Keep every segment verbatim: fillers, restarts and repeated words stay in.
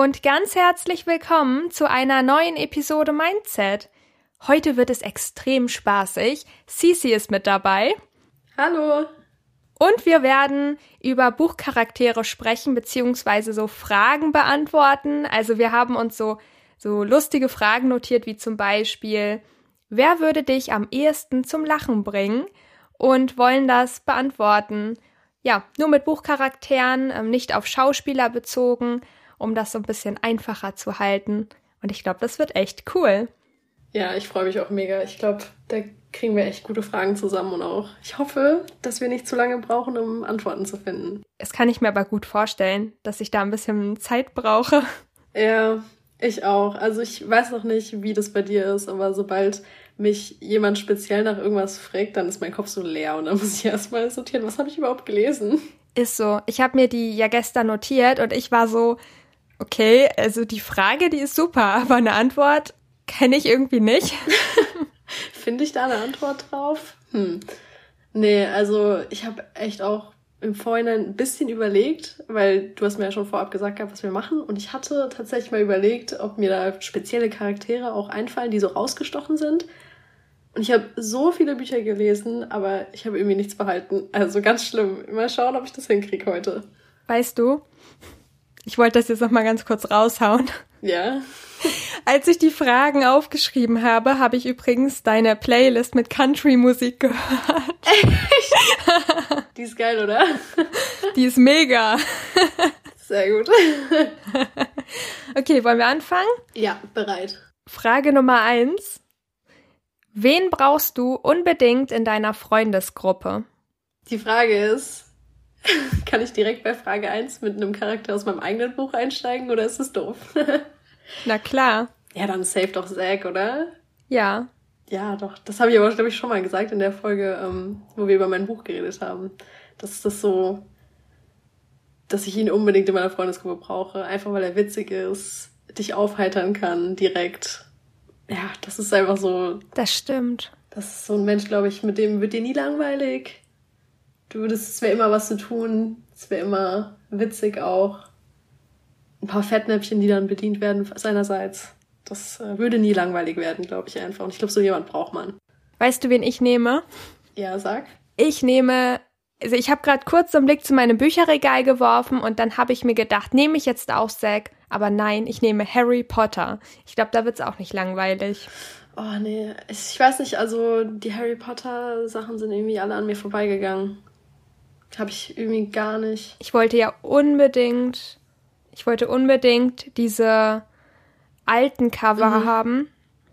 und ganz herzlich willkommen zu einer neuen Episode Mindset. Heute wird es extrem spaßig. Cici ist mit dabei. Hallo. Und wir werden über Buchcharaktere sprechen, beziehungsweise so Fragen beantworten. Also wir haben uns so, so lustige Fragen notiert, wie zum Beispiel, wer würde dich am ehesten zum Lachen bringen? Und wollen das beantworten. Ja, nur mit Buchcharakteren, nicht auf Schauspieler bezogen, um das so ein bisschen einfacher zu halten. Und ich glaube, das wird echt cool. Ja, ich freue mich auch mega. Ich glaube, da kriegen wir echt gute Fragen zusammen und auch, ich hoffe, dass wir nicht zu lange brauchen, um Antworten zu finden. Das kann ich mir aber gut vorstellen, dass ich da ein bisschen Zeit brauche. Ja, ich auch. Also ich weiß noch nicht, wie das bei dir ist, aber sobald mich jemand speziell nach irgendwas fragt, dann ist mein Kopf so leer und dann muss ich erstmal sortieren, was habe ich überhaupt gelesen? Ist so. Ich habe mir die ja gestern notiert und ich war so, okay, also die Frage, die ist super, aber eine Antwort kenne ich irgendwie nicht. Finde ich da eine Antwort drauf? Hm. Nee, also ich habe echt auch im Vorhinein ein bisschen überlegt, weil du hast mir ja schon vorab gesagt gehabt, was wir machen. Und ich hatte tatsächlich mal überlegt, ob mir da spezielle Charaktere auch einfallen, die so rausgestochen sind. Und ich habe so viele Bücher gelesen, aber ich habe irgendwie nichts behalten. Also ganz schlimm. Mal schauen, ob ich das hinkriege heute. Weißt du, ich wollte das jetzt noch mal ganz kurz raushauen. Ja. Als ich die Fragen aufgeschrieben habe, habe ich übrigens deine Playlist mit Country-Musik gehört. Echt? Die ist geil, oder? Die ist mega. Sehr gut. Okay, wollen wir anfangen? Ja, bereit. Frage Nummer eins. Wen brauchst du unbedingt in deiner Freundesgruppe? Die Frage ist, kann ich direkt bei Frage eins mit einem Charakter aus meinem eigenen Buch einsteigen oder ist es doof? Na klar. Ja, dann safe doch Zack, oder? Ja. Ja, doch. Das habe ich aber, glaube ich, schon mal gesagt in der Folge, ähm, wo wir über mein Buch geredet haben. Dass das so, dass ich ihn unbedingt in meiner Freundesgruppe brauche. Einfach, weil er witzig ist, dich aufheitern kann, direkt. Ja, das ist einfach so. Das stimmt. Das ist so ein Mensch, glaube ich, mit dem wird dir nie langweilig. Du würdest, es wäre immer was zu tun. Es wäre immer witzig auch. Ein paar Fettnäpfchen, die dann bedient werden seinerseits. Das äh, würde nie langweilig werden, glaube ich einfach. Und ich glaube, so jemand braucht man. Weißt du, wen ich nehme? Ja, sag. Ich nehme, also ich habe gerade kurz so einen Blick zu meinem Bücherregal geworfen und dann habe ich mir gedacht, nehme ich jetzt auch Zack? Aber nein, ich nehme Harry Potter. Ich glaube, da wird's auch nicht langweilig. Oh nee, ich weiß nicht, also die Harry Potter Sachen sind irgendwie alle an mir vorbeigegangen. Habe ich irgendwie gar nicht. Ich wollte ja unbedingt, ich wollte unbedingt diese alten Cover mhm. haben.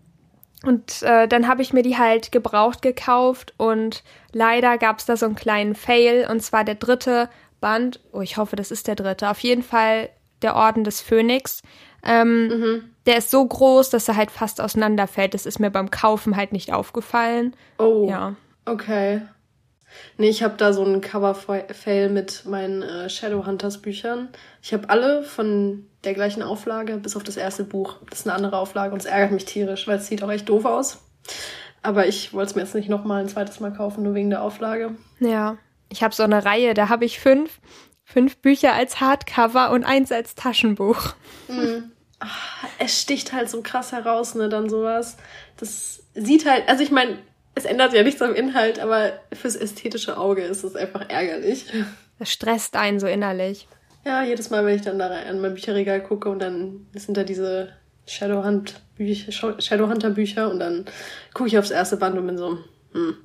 Und äh, dann habe ich mir die halt gebraucht gekauft und leider gab es da so einen kleinen Fail und zwar der dritte Band. Oh, ich hoffe, das ist der dritte. Auf jeden Fall der Orden des Phönix. Ähm, mhm. Der ist so groß, dass er halt fast auseinanderfällt. Das ist mir beim Kaufen halt nicht aufgefallen. Oh, ja. Okay. Nee, ich habe da so einen Cover-Fail mit meinen äh, Shadowhunters Büchern. Ich habe alle von der gleichen Auflage, bis auf das erste Buch. Das ist eine andere Auflage und es ärgert mich tierisch, weil es sieht auch echt doof aus. Aber ich wollte es mir jetzt nicht nochmal ein zweites Mal kaufen, nur wegen der Auflage. Ja, ich habe so eine Reihe, da habe ich fünf, fünf Bücher als Hardcover und eins als Taschenbuch. Mhm. Ach, es sticht halt so krass heraus, ne, dann sowas. Das sieht halt, also ich meine, es ändert ja nichts am Inhalt, aber fürs ästhetische Auge ist es einfach ärgerlich. Das stresst einen so innerlich. Ja, jedes Mal, wenn ich dann da an mein Bücherregal gucke und dann sind da diese Shadowhunt-Bücher, Shadowhunter-Bücher und dann gucke ich aufs erste Band und bin so, hm,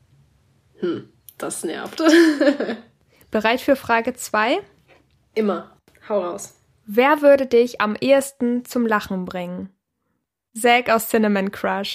hm, das nervt. Bereit für Frage zwei? Immer. Hau raus. Wer würde dich am ehesten zum Lachen bringen? Zack aus Cinnamon Crush.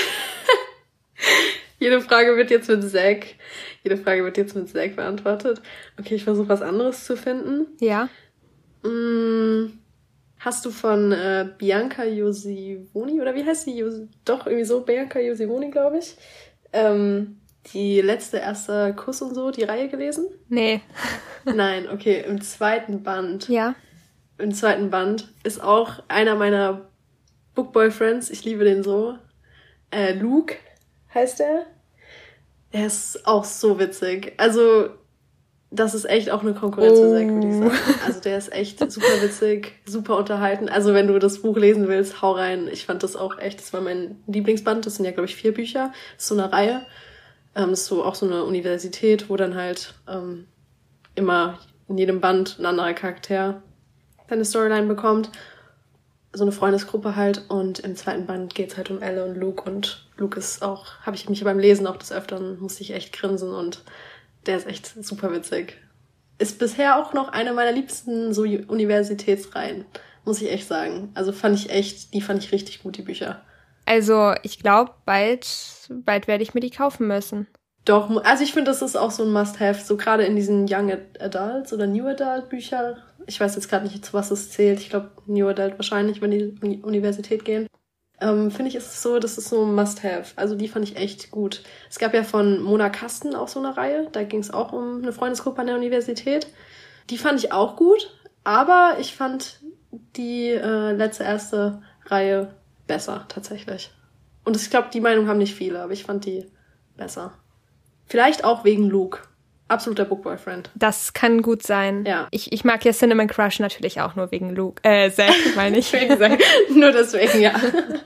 Jede Frage wird jetzt mit Zack, jede Frage wird jetzt mit Zack beantwortet. Okay, ich versuche was anderes zu finden. Ja. Hm, hast du von äh, Bianca Josivoni, oder wie heißt sie? Jos- Doch, irgendwie so, Bianca Josivoni, glaube ich. Ähm, die letzte, erste Kuss und so, die Reihe gelesen? Nee. Nein, okay, im zweiten Band. Ja. Im zweiten Band ist auch einer meiner Bookboyfriends, ich liebe den so, äh, Luke heißt er. Er ist auch so witzig. Also, Das ist echt auch eine Konkurrenz für Zack, würde ich sagen. Also der ist echt super witzig, super unterhalten. Also wenn du das Buch lesen willst, hau rein. Ich fand das auch echt, das war mein Lieblingsband. Das sind ja, glaube ich, vier Bücher. Das ist so eine Reihe. Ähm, das ist so auch so eine Universität, wo dann halt ähm, immer in jedem Band ein anderer Charakter seine Storyline bekommt. So eine Freundesgruppe halt. Und im zweiten Band geht's halt um Elle und Luke. Und Luke ist auch, habe ich mich beim Lesen auch des Öfteren, musste ich echt grinsen und der ist echt super witzig. Ist bisher auch noch eine meiner liebsten so Universitätsreihen, muss ich echt sagen. Also fand ich echt, die fand ich richtig gut, die Bücher. Also ich glaube, bald, bald werde ich mir die kaufen müssen. Doch, also ich finde, das ist auch so ein Must-Have, so gerade in diesen Young Adults oder New Adult Bücher. Ich weiß jetzt gerade nicht, zu was es zählt. Ich glaube, New Adult wahrscheinlich, wenn die in die Universität gehen. Ähm, finde ich, ist es so, das ist so ein Must-Have. Also die fand ich echt gut. Es gab ja von Mona Kasten auch so eine Reihe. Da ging es auch um eine Freundesgruppe an der Universität. Die fand ich auch gut, aber ich fand die äh, letzte erste Reihe besser, tatsächlich. Und ich glaube, die Meinung haben nicht viele, aber ich fand die besser. Vielleicht auch wegen Luke. Absoluter Bookboyfriend. Das kann gut sein. Ja. Ich, ich mag ja Cinnamon Crush natürlich auch nur wegen Luke. Äh, Zack, meine ich. Nur deswegen, ja.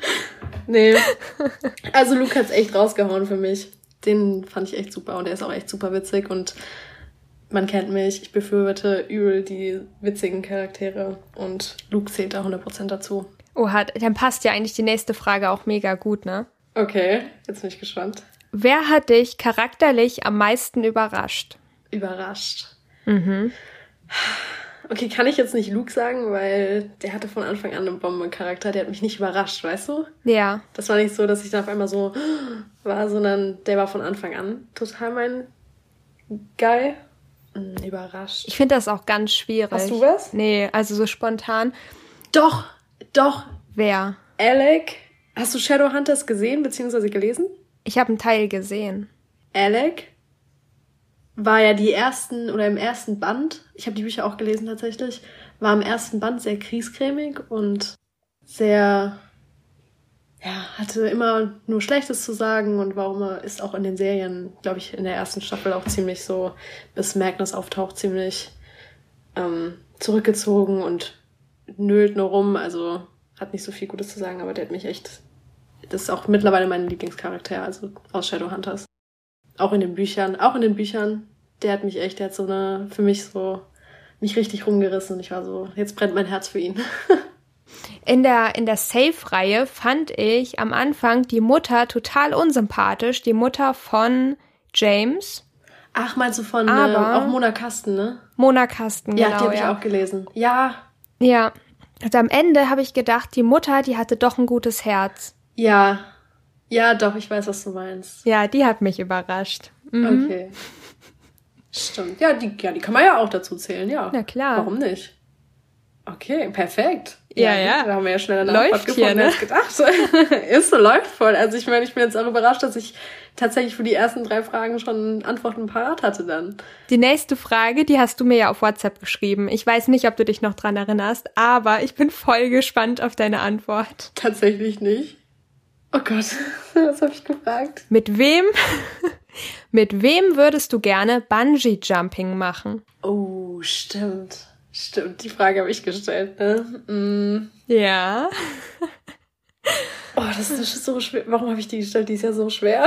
Nee. Also Luke hat's echt rausgehauen für mich. Den fand ich echt super und der ist auch echt super witzig und man kennt mich, ich befürworte übel die witzigen Charaktere und Luke zählt da hundert Prozent dazu. Oha, dann passt ja eigentlich die nächste Frage auch mega gut, ne? Okay, jetzt bin ich gespannt. Wer hat dich charakterlich am meisten überrascht? Überrascht. Mhm. Okay, kann ich jetzt nicht Luke sagen, weil der hatte von Anfang an einen Bombencharakter, der hat mich nicht überrascht, weißt du? Ja. Das war nicht so, dass ich dann auf einmal so war, sondern der war von Anfang an total mein Guy. Überrascht. Ich finde das auch ganz schwierig. Hast du was? Nee, also so spontan. Doch, doch. Wer? Alec. Hast du Shadowhunters gesehen bzw. gelesen? Ich habe einen Teil gesehen. Alec war ja die ersten, oder im ersten Band, ich habe die Bücher auch gelesen tatsächlich, war im ersten Band sehr kriescremig und sehr, ja, hatte immer nur Schlechtes zu sagen und warum er ist auch in den Serien, glaube ich, in der ersten Staffel auch ziemlich so, bis Magnus auftaucht, ziemlich ähm, zurückgezogen und nölt nur rum, also hat nicht so viel Gutes zu sagen, aber der hat mich echt, das ist auch mittlerweile mein Lieblingscharakter, also aus Shadowhunters. Auch in den Büchern, auch in den Büchern, der hat mich echt, der hat so eine, für mich so, mich richtig rumgerissen und ich war so, jetzt brennt mein Herz für ihn. In der, in der Safe-Reihe fand ich am Anfang die Mutter total unsympathisch, die Mutter von James. Ach, meinst du von, Aber, äh, auch Mona Kasten, ne? Mona Kasten, genau, ja. Die habe ich ja. auch gelesen. Ja. Ja. Und am Ende habe ich gedacht, die Mutter, die hatte doch ein gutes Herz. Ja. Ja, doch, ich weiß, was du meinst. Ja, die hat mich überrascht. Mhm. Okay. Stimmt. Ja die, ja, die kann man ja auch dazu zählen, ja. Na klar. Warum nicht? Okay, perfekt. Ja, ja. ja. Da haben wir ja schneller Läuft Antwort gefunden, hier, ne? als gedacht. Ist so, läuft voll. Also ich meine, ich bin jetzt auch überrascht, dass ich tatsächlich für die ersten drei Fragen schon Antworten parat hatte dann. Die nächste Frage, die hast du mir ja auf WhatsApp geschrieben. Ich weiß nicht, ob du dich noch dran erinnerst, aber ich bin voll gespannt auf deine Antwort. Tatsächlich nicht. Oh Gott, was habe ich gefragt? Mit wem, mit wem würdest du gerne Bungee-Jumping machen? Oh, stimmt. Stimmt, die Frage habe ich gestellt, ne? Mm. Ja. Oh, das ist so schwer. Warum habe ich die gestellt? Die ist ja so schwer.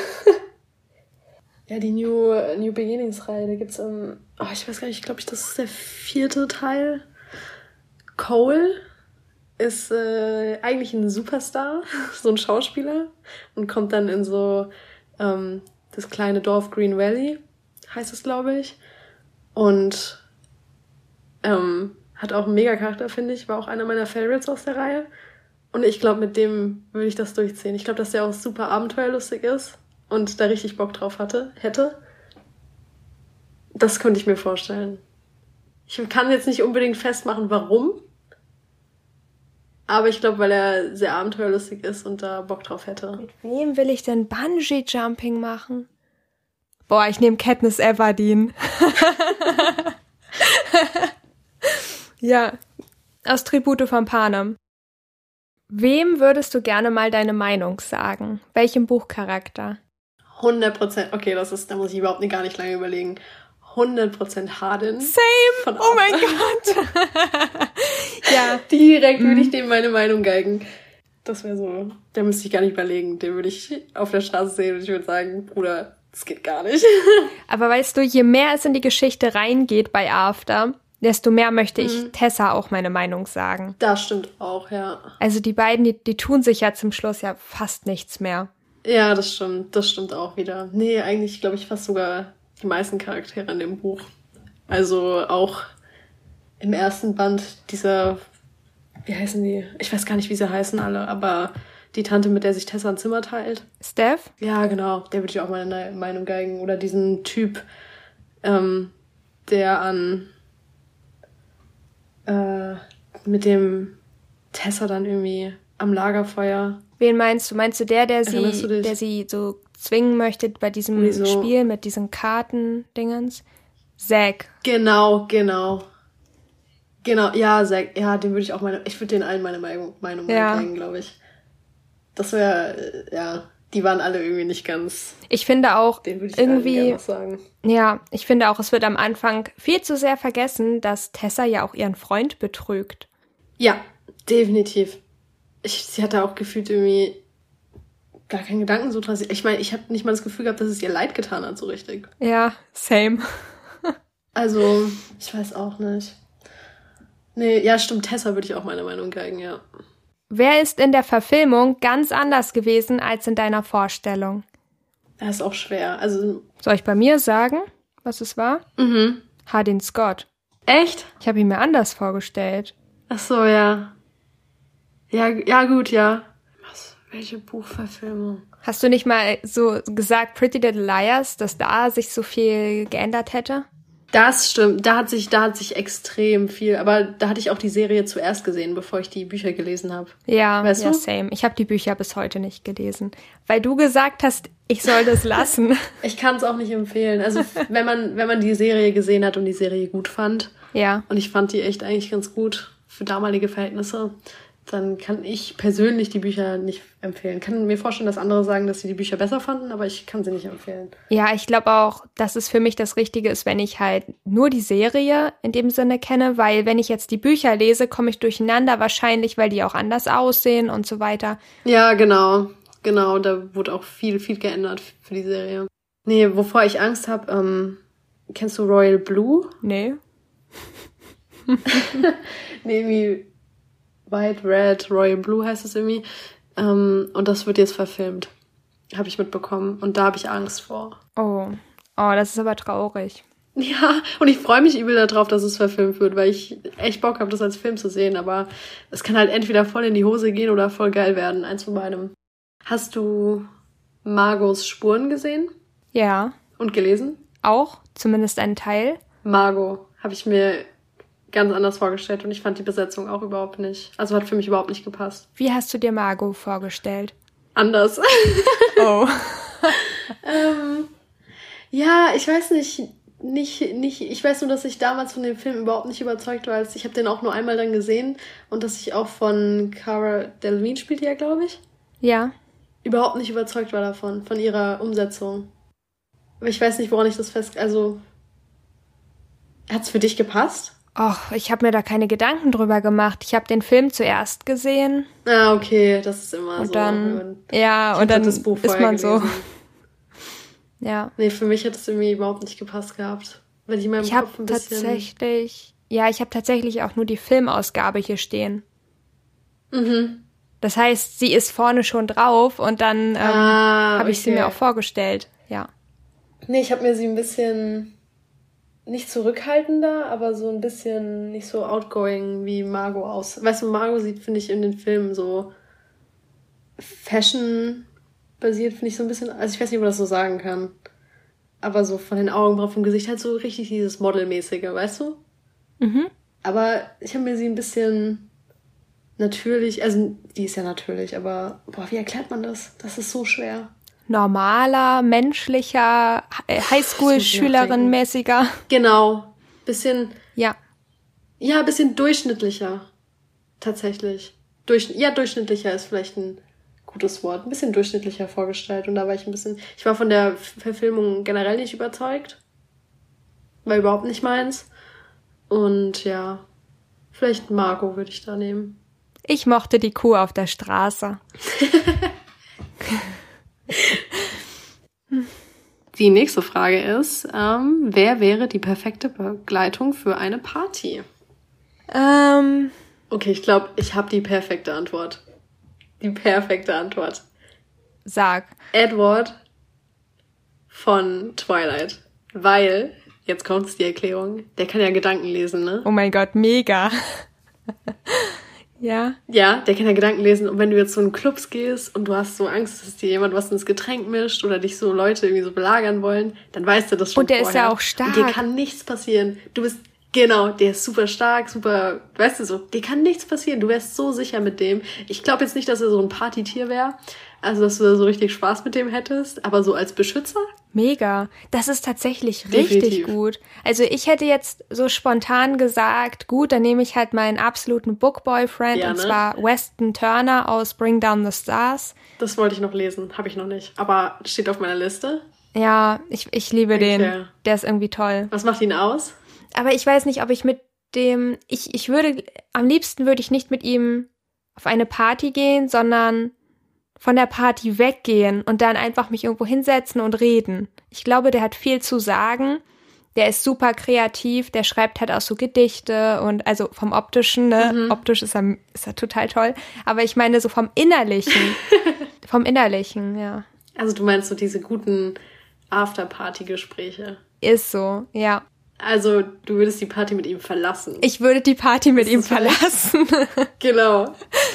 Ja, die New, New Beginnings-Reihe, da gibt's, um, oh, ich weiß gar nicht, ich glaube, das ist der vierte Teil. Cole ist äh, eigentlich ein Superstar, so ein Schauspieler und kommt dann in so ähm, das kleine Dorf Green Valley, heißt es, glaube ich. Und ähm, hat auch einen Mega-Charakter, finde ich. War auch einer meiner Favorites aus der Reihe. Und ich glaube, mit dem würde ich das durchziehen. Ich glaube, dass der auch super abenteuerlustig ist und da richtig Bock drauf hatte, hätte. Das könnte ich mir vorstellen. Ich kann jetzt nicht unbedingt festmachen, warum. Aber ich glaube, weil er sehr abenteuerlustig ist und da Bock drauf hätte. Mit wem will ich denn Bungee-Jumping machen? Boah, ich nehme Katniss Everdeen. Ja, aus Tribute von Panem. Wem würdest du gerne mal deine Meinung sagen? Welchem Buchcharakter? hundert Prozent. Okay, das ist, da muss ich überhaupt nicht, gar nicht lange überlegen. hundert Prozent Hardin. Same! Von oh mein Gott! ja. Direkt würde ich dem meine Meinung geigen. Das wäre so, da müsste ich gar nicht überlegen. Den würde ich auf der Straße sehen und ich würde sagen, Bruder, das geht gar nicht. Aber weißt du, je mehr es in die Geschichte reingeht bei After, desto mehr möchte ich mhm. Tessa auch meine Meinung sagen. Das stimmt auch, ja. Also die beiden, die, die tun sich ja zum Schluss ja fast nichts mehr. Ja, das stimmt. Das stimmt auch wieder. Nee, eigentlich glaube ich fast sogar die meisten Charaktere in dem Buch. Also auch im ersten Band dieser, wie heißen die? Ich weiß gar nicht, wie sie heißen alle, aber die Tante, mit der sich Tessa ein Zimmer teilt. Steph? Ja, genau. Der würde ich auch meine Meinung geigen. Oder diesen Typ, ähm, der an äh, mit dem Tessa dann irgendwie am Lagerfeuer. Wen meinst du? Meinst du der, der sie, der sie so zwingen möchte bei diesem so Spiel mit diesen Karten-Dingens? Zack. Genau, genau. Genau, ja, Zack. Ja, den würde ich auch meine, ich würde den allen meine Meinung, Meinung ja. geigen, glaube ich. Das wäre, ja, die waren alle irgendwie nicht ganz. Ich finde auch den würde ich irgendwie, gerne noch sagen. Ja, ich finde auch, es wird am Anfang viel zu sehr vergessen, dass Tessa ja auch ihren Freund betrügt. Ja, definitiv. Ich, sie hatte auch gefühlt irgendwie gar keinen Gedanken so dran. Ich meine, ich habe nicht mal das Gefühl gehabt, dass es ihr leid getan hat, so richtig. Ja, same. Also, ich weiß auch nicht. Nee, ja, stimmt, Tessa würde ich auch meine Meinung geigen, ja. Wer ist in der Verfilmung ganz anders gewesen als in deiner Vorstellung? Das ist auch schwer. Also, soll ich bei mir sagen, was es war? Mhm. Hardin Scott. Echt? Ich habe ihn mir anders vorgestellt. Ach so, ja. Ja, ja gut, ja. Was? Welche Buchverfilmung? Hast du nicht mal so gesagt, Pretty Little Liars, dass da sich so viel geändert hätte? Das stimmt, da hat sich, da hat sich extrem viel, aber da hatte ich auch die Serie zuerst gesehen, bevor ich die Bücher gelesen habe. Ja, weißt ja, du? Same. Ich habe die Bücher bis heute nicht gelesen, weil du gesagt hast, ich soll das lassen. Ich kann es auch nicht empfehlen. Also wenn man, wenn man die Serie gesehen hat und die Serie gut fand, ja, und ich fand die echt eigentlich ganz gut für damalige Verhältnisse, dann kann ich persönlich die Bücher nicht empfehlen. Kann mir vorstellen, dass andere sagen, dass sie die Bücher besser fanden, aber ich kann sie nicht empfehlen. Ja, ich glaube auch, dass es für mich das Richtige ist, wenn ich halt nur die Serie in dem Sinne kenne, weil wenn ich jetzt die Bücher lese, komme ich durcheinander wahrscheinlich, weil die auch anders aussehen und so weiter. Ja, genau. Genau, da wurde auch viel, viel geändert für die Serie. Nee, wovor ich Angst habe, ähm, kennst du Royal Blue? Nee. Nee, wie White, Red, Royal Blue heißt es irgendwie. Ähm, und das wird jetzt verfilmt. Habe ich mitbekommen. Und da habe ich Angst vor. Oh. Oh, das ist aber traurig. Ja, und ich freue mich übel darauf, dass es verfilmt wird, weil ich echt Bock habe, das als Film zu sehen. Aber es kann halt entweder voll in die Hose gehen oder voll geil werden. Eins von beidem. Hast du Margos Spuren gesehen? Ja. Und gelesen? Auch, zumindest einen Teil. Margot habe ich mir ganz anders vorgestellt und ich fand die Besetzung auch überhaupt nicht. Also hat für mich überhaupt nicht gepasst. Wie hast du dir Margot vorgestellt? Anders. Oh. ähm, ja, ich weiß nicht, nicht, nicht, ich weiß nur, dass ich damals von dem Film überhaupt nicht überzeugt war. Als ich habe den auch nur einmal dann gesehen und dass ich auch von Cara Delevingne spielt die ja, glaube ich. Ja. Überhaupt nicht überzeugt war davon, von ihrer Umsetzung. Aber ich weiß nicht, woran ich das fest... Also, hat's für dich gepasst? Och, ich habe mir da keine Gedanken drüber gemacht. Ich habe den Film zuerst gesehen. Ah, okay, das ist immer und so. Dann, ja, und dann das Buch ist man gelesen. so. Ja. Nee, für mich hat es irgendwie überhaupt nicht gepasst gehabt. Wenn ich in meinem ich Kopf ein bisschen... tatsächlich... Ja, ich habe tatsächlich auch nur die Filmausgabe hier stehen. Mhm. Das heißt, sie ist vorne schon drauf und dann ähm, ah, habe ich okay. sie mir auch vorgestellt. Ja. Nee, ich habe mir sie ein bisschen... nicht zurückhaltender, aber so ein bisschen nicht so outgoing wie Margot aus. Weißt du, Margot sieht, finde ich, in den Filmen so Fashion-basiert, finde ich so ein bisschen, also ich weiß nicht, ob man das so sagen kann, aber so von den Augenbrauen, vom Gesicht halt so richtig dieses Modelmäßige, weißt du? Mhm. Aber ich habe mir sie ein bisschen natürlich, also die ist ja natürlich, aber boah, wie erklärt man das? Das ist so schwer. Normaler, menschlicher, Highschool-Schülerin-mäßiger. Genau. Bisschen. Ja. Ja, bisschen durchschnittlicher. Tatsächlich. Durch, ja, durchschnittlicher ist vielleicht ein gutes Wort. Ein bisschen durchschnittlicher vorgestellt. Und da war ich ein bisschen. Ich war von der Verfilmung generell nicht überzeugt. war überhaupt nicht meins. Und ja, vielleicht Marco würde ich da nehmen. Ich mochte die Kuh auf der Straße. Die nächste Frage ist, ähm, wer wäre die perfekte Begleitung für eine Party? Ähm. Okay, ich glaube, ich habe die perfekte Antwort. Die perfekte Antwort. Sag. Edward von Twilight. Weil, jetzt kommt die Erklärung, der kann ja Gedanken lesen, ne? Oh mein Gott, mega. Ja. Ja, der kann ja Gedanken lesen. Und wenn du jetzt so in Clubs gehst und du hast so Angst, dass dir jemand was ins Getränk mischt oder dich so Leute irgendwie so belagern wollen, dann weißt du das schon Und der vorher. ist ja auch stark. Und dir kann nichts passieren. Du bist, genau, der ist super stark, super, weißt du so, dir kann nichts passieren. Du wärst so sicher mit dem. Ich glaube jetzt nicht, dass er so ein Partytier wäre. Also, dass du so richtig Spaß mit dem hättest. Aber so als Beschützer? Mega. Das ist tatsächlich richtig Definitiv. gut. Also ich hätte jetzt so spontan gesagt, gut, dann nehme ich halt meinen absoluten Book-Boyfriend, Ja, und ne? zwar Weston Turner aus Bring Down the Stars. Das wollte ich noch lesen. Habe ich noch nicht. Aber steht auf meiner Liste. Ja, ich, ich liebe Okay. den. Der ist irgendwie toll. Was macht ihn aus? Aber ich weiß nicht, ob ich mit dem, ich, ich würde, am liebsten würde ich nicht mit ihm auf eine Party gehen, sondern von der Party weggehen und dann einfach mich irgendwo hinsetzen und reden. Ich glaube, der hat viel zu sagen. Der ist super kreativ, der schreibt halt auch so Gedichte und also vom Optischen, ne? Mhm. Optisch ist er, ist er total toll. Aber ich meine so vom Innerlichen. vom Innerlichen, ja. Also du meinst so diese guten After-Party-Gespräche. Ist so, ja. Also du würdest die Party mit ihm verlassen. Ich würde die Party mit Ist ihm das wahr? verlassen. Genau.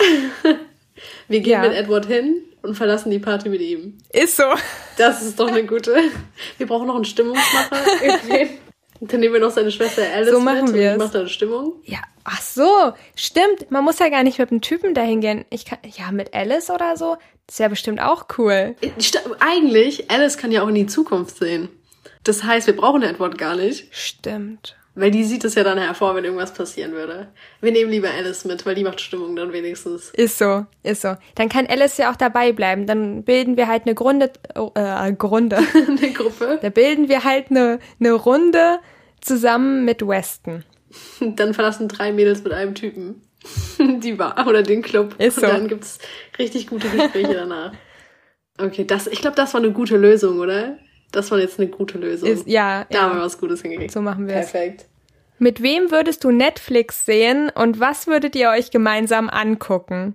Wir gehen Ja. mit Edward hin und verlassen die Party mit ihm. Ist so. Das ist doch eine gute. Wir brauchen noch einen Stimmungsmacher. Irgendwen. Und dann nehmen wir noch seine Schwester Alice So machen mit wir's. und macht dann Stimmung. Ja, ach so, stimmt. Man muss ja gar nicht mit einem Typen dahin gehen. Ich kann, ja, mit Alice oder so. Das ist ja bestimmt auch cool. St- Eigentlich, Alice kann ja auch in die Zukunft sehen. Das heißt, wir brauchen Edward gar nicht. Stimmt. Weil die sieht es ja dann hervor, wenn irgendwas passieren würde. Wir nehmen lieber Alice mit, weil die macht Stimmung dann wenigstens. Ist so, ist so. Dann kann Alice ja auch dabei bleiben. Dann bilden wir halt eine Grunde, oh, äh, Grunde. Eine Gruppe. Da bilden wir halt eine, eine Runde zusammen mit Weston. Dann verlassen drei Mädels mit einem Typen die Bar oder den Club. Ist so. Und dann gibt's richtig gute Gespräche danach. Okay, das, ich glaube, das war eine gute Lösung, oder? Das war jetzt eine gute Lösung. Ist, ja, Da haben wir ja. was Gutes hingekriegt. So machen wir es. Perfekt. Mit wem würdest du Netflix sehen und was würdet ihr euch gemeinsam angucken?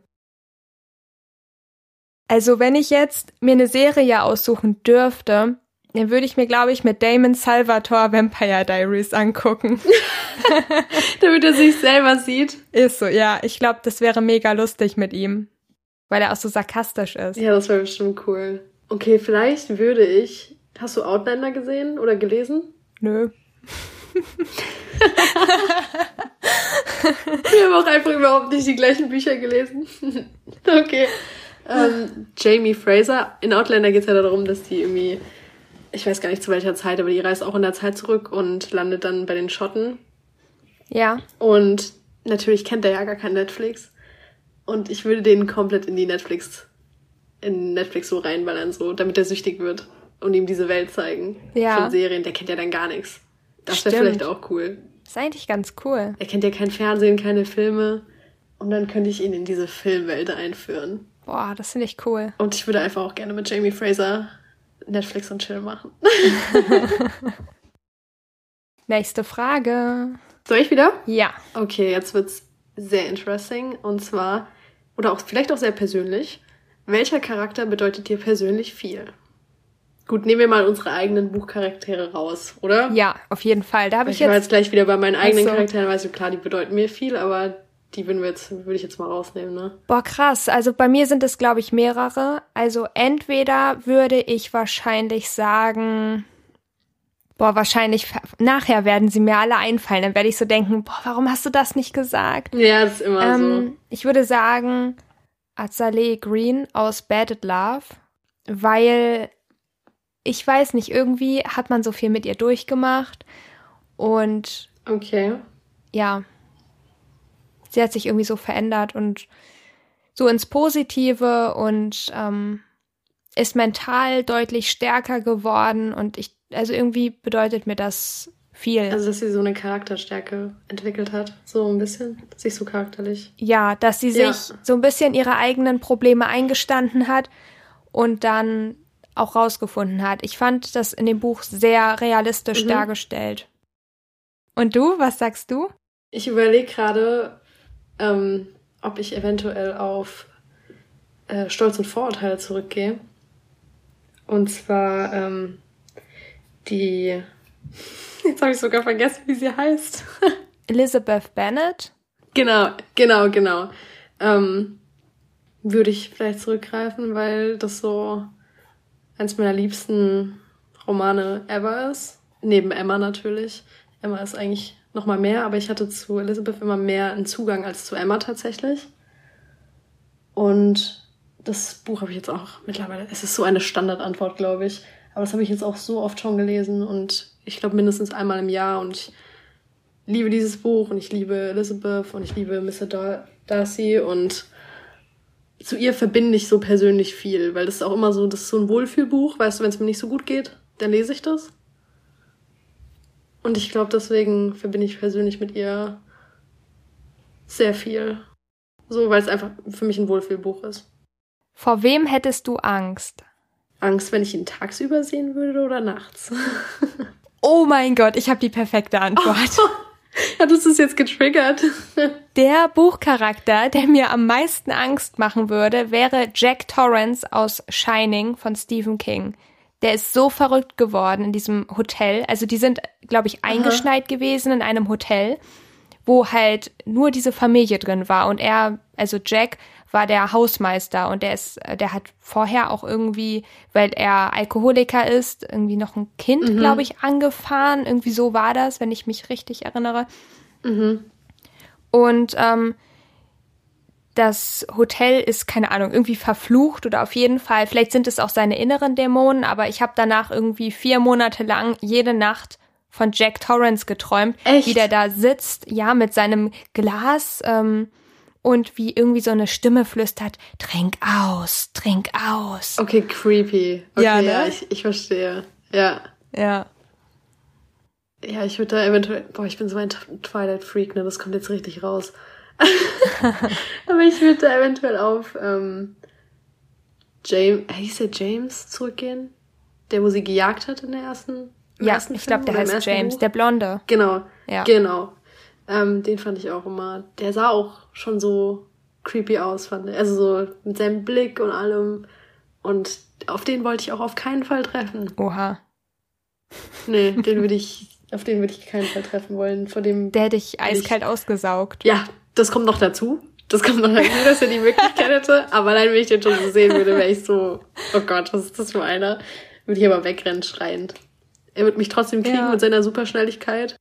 Also wenn ich jetzt mir eine Serie aussuchen dürfte, dann würde ich mir, glaube ich, mit Damon Salvatore Vampire Diaries angucken. Damit er sich selber sieht. Ist so, ja. Ich glaube, das wäre mega lustig mit ihm. Weil er auch so sarkastisch ist. Ja, das wäre bestimmt cool. Okay, vielleicht würde ich... Hast du Outlander gesehen oder gelesen? Nö. Wir haben auch einfach überhaupt nicht die gleichen Bücher gelesen. Okay. Ähm, Jamie Fraser. In Outlander geht es ja darum, dass die irgendwie... Ich weiß gar nicht zu welcher Zeit, aber die reist auch in der Zeit zurück und landet dann bei den Schotten. Ja. Und natürlich kennt er ja gar kein Netflix. Und ich würde den komplett in die Netflix, in Netflix so reinballern, so, damit er süchtig wird und ihm diese Welt zeigen. Ja. Von Serien, der kennt ja dann gar nichts. Das wäre Stimmt. vielleicht auch cool. Ist eigentlich ganz cool. Er kennt ja kein Fernsehen, keine Filme. Und dann könnte ich ihn in diese Filmwelt einführen. Boah, das finde ich cool. Und ich würde einfach auch gerne mit Jamie Fraser Netflix und Chill machen. Nächste Frage. Soll ich wieder? Ja. Okay, jetzt wird's sehr interesting. Und zwar, oder auch vielleicht auch sehr persönlich. Welcher Charakter bedeutet dir persönlich viel? Gut, nehmen wir mal unsere eigenen Buchcharaktere raus, oder? Ja, auf jeden Fall. Da habe ich Ich war jetzt... jetzt gleich wieder bei meinen eigenen Ach so. Charakteren, weißt du, klar, die bedeuten mir viel, aber die würden wir jetzt, würde ich jetzt mal rausnehmen, ne? Boah, krass. Also bei mir sind es, glaube ich, mehrere. Also entweder würde ich wahrscheinlich sagen... Boah, wahrscheinlich... Nachher werden sie mir alle einfallen. Dann werde ich so denken, boah, warum hast du das nicht gesagt? Ja, das ist immer Ähm, ich würde sagen Azalea Green aus Bad at Love, weil ich weiß nicht, irgendwie hat man so viel mit ihr durchgemacht und so. Okay. ja, sie hat sich irgendwie so verändert und so ins Positive und ähm, ist mental deutlich stärker geworden und ich, also irgendwie bedeutet mir das viel. Also, dass sie so eine Charakterstärke entwickelt hat, so ein bisschen, sich so charakterlich. Ja, dass sie Ja. sich so ein bisschen ihre eigenen Probleme eingestanden hat und dann auch rausgefunden hat. Ich fand das in dem Buch sehr realistisch Mhm. dargestellt. Und du, was sagst du? Ich überlege gerade, ähm, ob ich eventuell auf äh, Stolz und Vorurteile zurückgehe. Und zwar ähm, die... Jetzt habe ich sogar vergessen, wie sie heißt. Elizabeth Bennet? Genau, genau, genau. Ähm, würde ich vielleicht zurückgreifen, weil das so eins meiner liebsten Romane ever ist. Neben Emma natürlich. Emma ist eigentlich noch mal mehr, aber ich hatte zu Elizabeth immer mehr einen Zugang als zu Emma tatsächlich. Und das Buch habe ich jetzt auch mittlerweile, es ist so eine Standardantwort, glaube ich. Aber das habe ich jetzt auch so oft schon gelesen und ich glaube mindestens einmal im Jahr. Und ich liebe dieses Buch und ich liebe Elizabeth und ich liebe Mister Dar- Darcy und zu ihr verbinde ich so persönlich viel, weil das ist auch immer so, das ist so ein Wohlfühlbuch, weißt du, wenn es mir nicht so gut geht, dann lese ich das. Und ich glaube, deswegen verbinde ich persönlich mit ihr sehr viel. So, weil es einfach für mich ein Wohlfühlbuch ist. Vor wem hättest du Angst? Angst, wenn ich ihn tagsüber sehen würde oder nachts? Oh mein Gott, ich habe die perfekte Antwort. Ja, das ist jetzt getriggert. Der Buchcharakter, der mir am meisten Angst machen würde, wäre Jack Torrance aus Shining von Stephen King. Der ist so verrückt geworden in diesem Hotel. Also die sind, glaube ich, eingeschneit gewesen in einem Hotel, wo halt nur diese Familie drin war. Und er, also Jack, war der Hausmeister und der ist, der hat vorher auch irgendwie, weil er Alkoholiker ist, irgendwie noch ein Kind, Mhm. glaube ich, angefahren. Irgendwie so war das, wenn ich mich richtig erinnere. Mhm. Und ähm, das Hotel ist, keine Ahnung, irgendwie verflucht oder auf jeden Fall, vielleicht sind es auch seine inneren Dämonen, aber ich habe danach irgendwie vier Monate lang jede Nacht von Jack Torrance geträumt, Echt? wie der da sitzt, ja, mit seinem Glas ähm, und wie irgendwie so eine Stimme flüstert, trink aus, trink aus. Okay, creepy. Okay, Ja, ja, ne? ich, ich verstehe. Ja. Ja. Ja, ich würde da eventuell... Boah, ich bin so ein Twilight-Freak, ne? Das kommt jetzt richtig raus. Aber ich würde da eventuell auf ähm, James... Hieß der James zurückgehen? Der, wo sie gejagt hat in der ersten... im Ja, ersten ich Film glaube, der oder im heißt ersten James, Buch? der Blonde. Genau, Ja. genau. Ähm, den fand ich auch immer... Der sah auch schon so creepy aus, fand ich. Also so mit seinem Blick und allem. Und auf den wollte ich auch auf keinen Fall treffen. Oha. Nee, den würde ich... Auf den würde ich keinen Fall treffen wollen. Vor dem... Der hätte ich eiskalt ausgesaugt. Ja, das kommt noch dazu. Das kommt noch dazu, dass er die Möglichkeit hätte. Aber allein, wenn ich den schon so sehen würde, wäre ich so, oh Gott, was ist das für einer? Würde ich aber wegrennen, schreiend. Er wird mich trotzdem kriegen Ja. mit seiner Superschnelligkeit.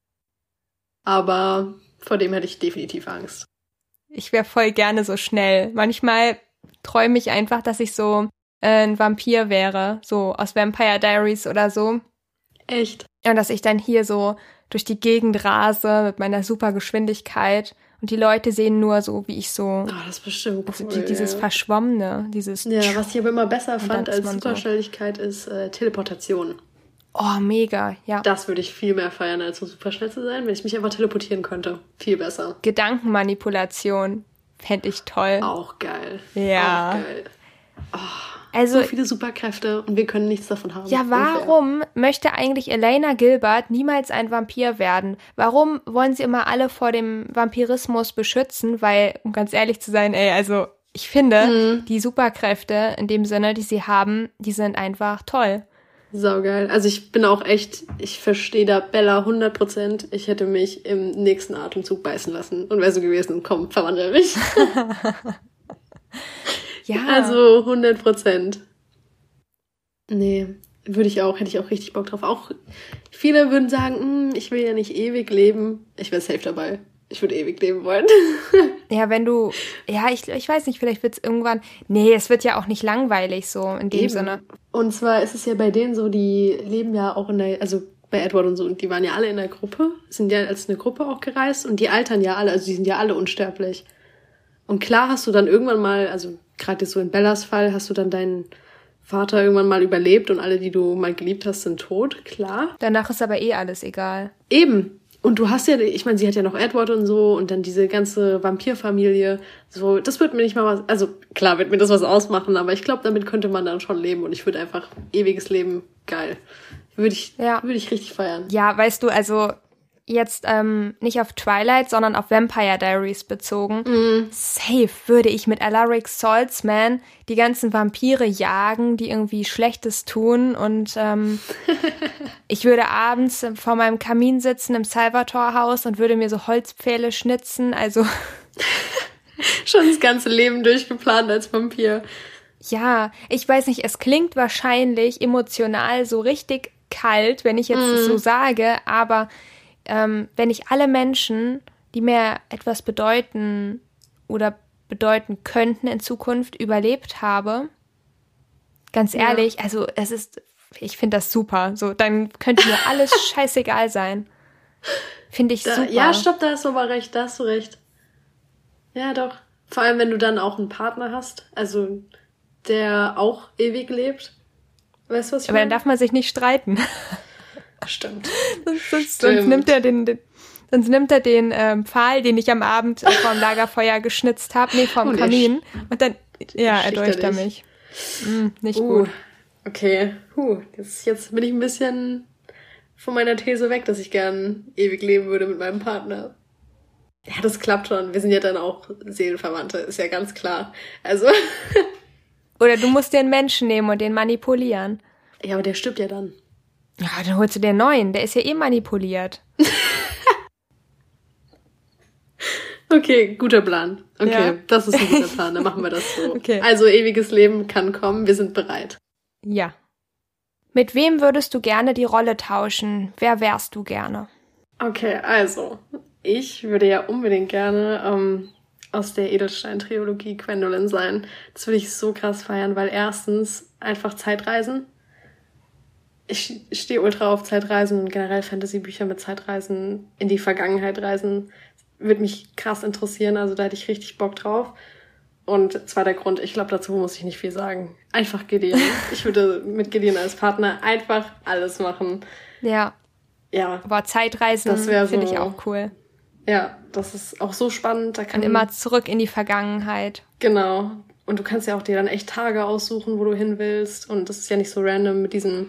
Aber vor dem hätte ich definitiv Angst. Ich wäre voll gerne so schnell. Manchmal träume ich einfach, dass ich so äh, ein Vampir wäre, so aus Vampire Diaries oder so. Echt? Und dass ich dann hier so durch die Gegend rase mit meiner super Geschwindigkeit und die Leute sehen nur so, wie ich so, Oh, das ist bestimmt also cool. die, dieses ja. Verschwommene, dieses Ja, was ich aber immer besser Und dann fand ist als man so- Superschnelligkeit ist äh, Teleportation. oh, mega, ja. Das würde ich viel mehr feiern, als so superschnell zu sein, wenn ich mich einfach teleportieren könnte. Viel besser. Gedankenmanipulation fände ich toll. Auch geil. Ja. Auch geil. Also, So viele Superkräfte und wir können nichts davon haben. ja, Unfair. warum möchte eigentlich Elena Gilbert niemals ein Vampir werden? Warum wollen sie immer alle vor dem Vampirismus beschützen? Weil, um ganz ehrlich zu sein, ey, also ich finde, Mhm. die Superkräfte in dem Sinne, die sie haben, die sind einfach toll. Saugeil. Also ich bin auch echt, ich verstehe da Bella hundert Prozent. Ich hätte mich im nächsten Atemzug beißen lassen und wäre so gewesen, komm, verwandle mich. Ja, Also hundert Prozent. Nee, würde ich auch, hätte ich auch richtig Bock drauf. Auch viele würden sagen, hm, ich will ja nicht ewig leben. Ich wäre safe dabei. Ich würde ewig leben wollen. ja, wenn du, ja, ich, ich weiß nicht, vielleicht wird's irgendwann, nee, es wird ja auch nicht langweilig so in dem Eben. Sinne. Und zwar ist es ja bei denen so, die leben ja auch in der, also bei Edward und so, und die waren ja alle in der Gruppe, sind ja als eine Gruppe auch gereist und die altern ja alle, also die sind ja alle unsterblich. Und klar hast du dann irgendwann mal, also gerade jetzt so in Bellas Fall, hast du dann deinen Vater irgendwann mal überlebt und alle, die du mal geliebt hast, sind tot, klar. Danach ist aber eh alles egal. Eben. Und du hast ja, ich meine, sie hat ja noch Edward und so und dann diese ganze Vampirfamilie. So, das wird mir nicht mal was, also klar wird mir das was ausmachen, aber ich glaube, damit könnte man dann schon leben und ich würde einfach ewiges Leben, geil. Würde ich, ja. würde ich richtig feiern. Ja, weißt du, also jetzt ähm, nicht auf Twilight, sondern auf Vampire Diaries bezogen. Mm. Safe würde ich mit Alaric Saltzman die ganzen Vampire jagen, die irgendwie Schlechtes tun und ähm, ich würde abends vor meinem Kamin sitzen im Salvatore-Haus und würde mir so Holzpfähle schnitzen, also schon das ganze Leben durchgeplant als Vampir. Ja, ich weiß nicht, es klingt wahrscheinlich emotional so richtig kalt, wenn ich jetzt mm. das so sage, aber Ähm, wenn ich alle Menschen, die mir etwas bedeuten oder bedeuten könnten in Zukunft, überlebt habe, ganz ehrlich, ja. also es ist, ich finde das super. So, dann könnte mir alles scheißegal sein. Finde ich da, super. Ja, stopp, da hast du aber recht, da hast du recht. Ja, doch. Vor allem, wenn du dann auch einen Partner hast, also der auch ewig lebt. Weißt du, was ich Aber meine? dann darf man sich nicht streiten. Stimmt. Sonst, sonst, sonst nimmt er den, den, sonst nimmt er den ähm, Pfahl, den ich am Abend äh, vor dem Lagerfeuer geschnitzt habe, nee, vor dem Kamin. Und dann, ja, erdolcht er mich. Mm, nicht uh, gut. Okay, huh, jetzt, jetzt bin ich ein bisschen von meiner These weg, dass ich gern ewig leben würde mit meinem Partner. Ja, das klappt schon. Wir sind ja dann auch Seelenverwandte, ist ja ganz klar. Also. Oder du musst dir einen Menschen nehmen und den manipulieren. Ja, aber der stirbt ja dann. Ja, dann holst du den neuen. Der ist ja eh manipuliert. Okay, guter Plan. Okay, ja. Das ist ein guter Plan. Dann machen wir das so. Okay. Also ewiges Leben kann kommen. Wir sind bereit. Ja. Mit wem würdest du gerne die Rolle tauschen? Wer wärst du gerne? Okay, also ich würde ja unbedingt gerne ähm, aus der Edelstein-Trilogie Gwendolyn sein. Das würde ich so krass feiern, weil erstens einfach Zeitreisen. Ich stehe ultra auf Zeitreisen und generell Fantasy-Bücher mit Zeitreisen in die Vergangenheit reisen. Würde mich krass interessieren, also da hätte ich richtig Bock drauf. Und zweiter Grund, ich glaube, dazu muss ich nicht viel sagen. Einfach Gideon. Ich würde mit Gideon als Partner einfach alles machen. Ja. Ja. Aber Zeitreisen finde so, ich auch cool. Ja, das ist auch so spannend. Da kann und immer zurück in die Vergangenheit. Genau. Und du kannst ja auch dir dann echt Tage aussuchen, wo du hin willst. Und das ist ja nicht so random mit diesen...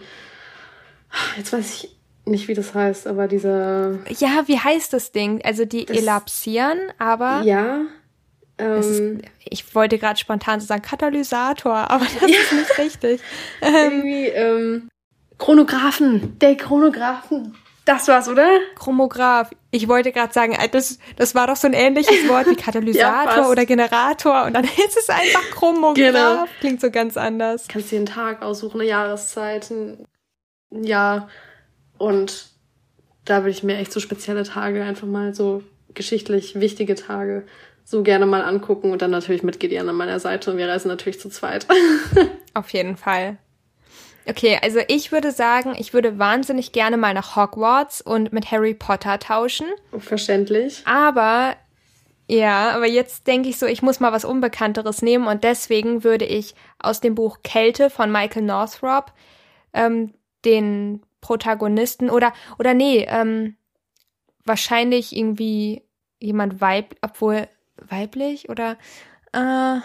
Jetzt weiß ich nicht, wie das heißt, aber dieser... Ja, wie heißt das Ding? Also die das, Elapsieren, aber... Ja. Ähm, ist, ich wollte gerade spontan so sagen Katalysator, aber das ja. ist nicht richtig. Irgendwie, ähm, Chronographen. Der Chronographen. Das war's, oder? Chromograph. Ich wollte gerade sagen, das, das war doch so ein ähnliches Wort wie Katalysator ja, oder Generator und dann ist es einfach Chromograph. Genau. Klingt so ganz anders. Du kannst dir einen Tag aussuchen, eine Jahreszeit, ein Jahr und da würde ich mir echt so spezielle Tage einfach mal so geschichtlich wichtige Tage so gerne mal angucken und dann natürlich mit Gideon an meiner Seite und wir reisen natürlich zu zweit. Auf jeden Fall. Okay, also ich würde sagen, ich würde wahnsinnig gerne mal nach Hogwarts und mit Harry Potter tauschen. Verständlich. Aber, ja, aber jetzt denke ich so, ich muss mal was Unbekannteres nehmen und deswegen würde ich aus dem Buch Kälte von Michael Northrop ähm, den Protagonisten oder, oder nee, ähm, wahrscheinlich irgendwie jemand weib, obwohl weiblich oder äh,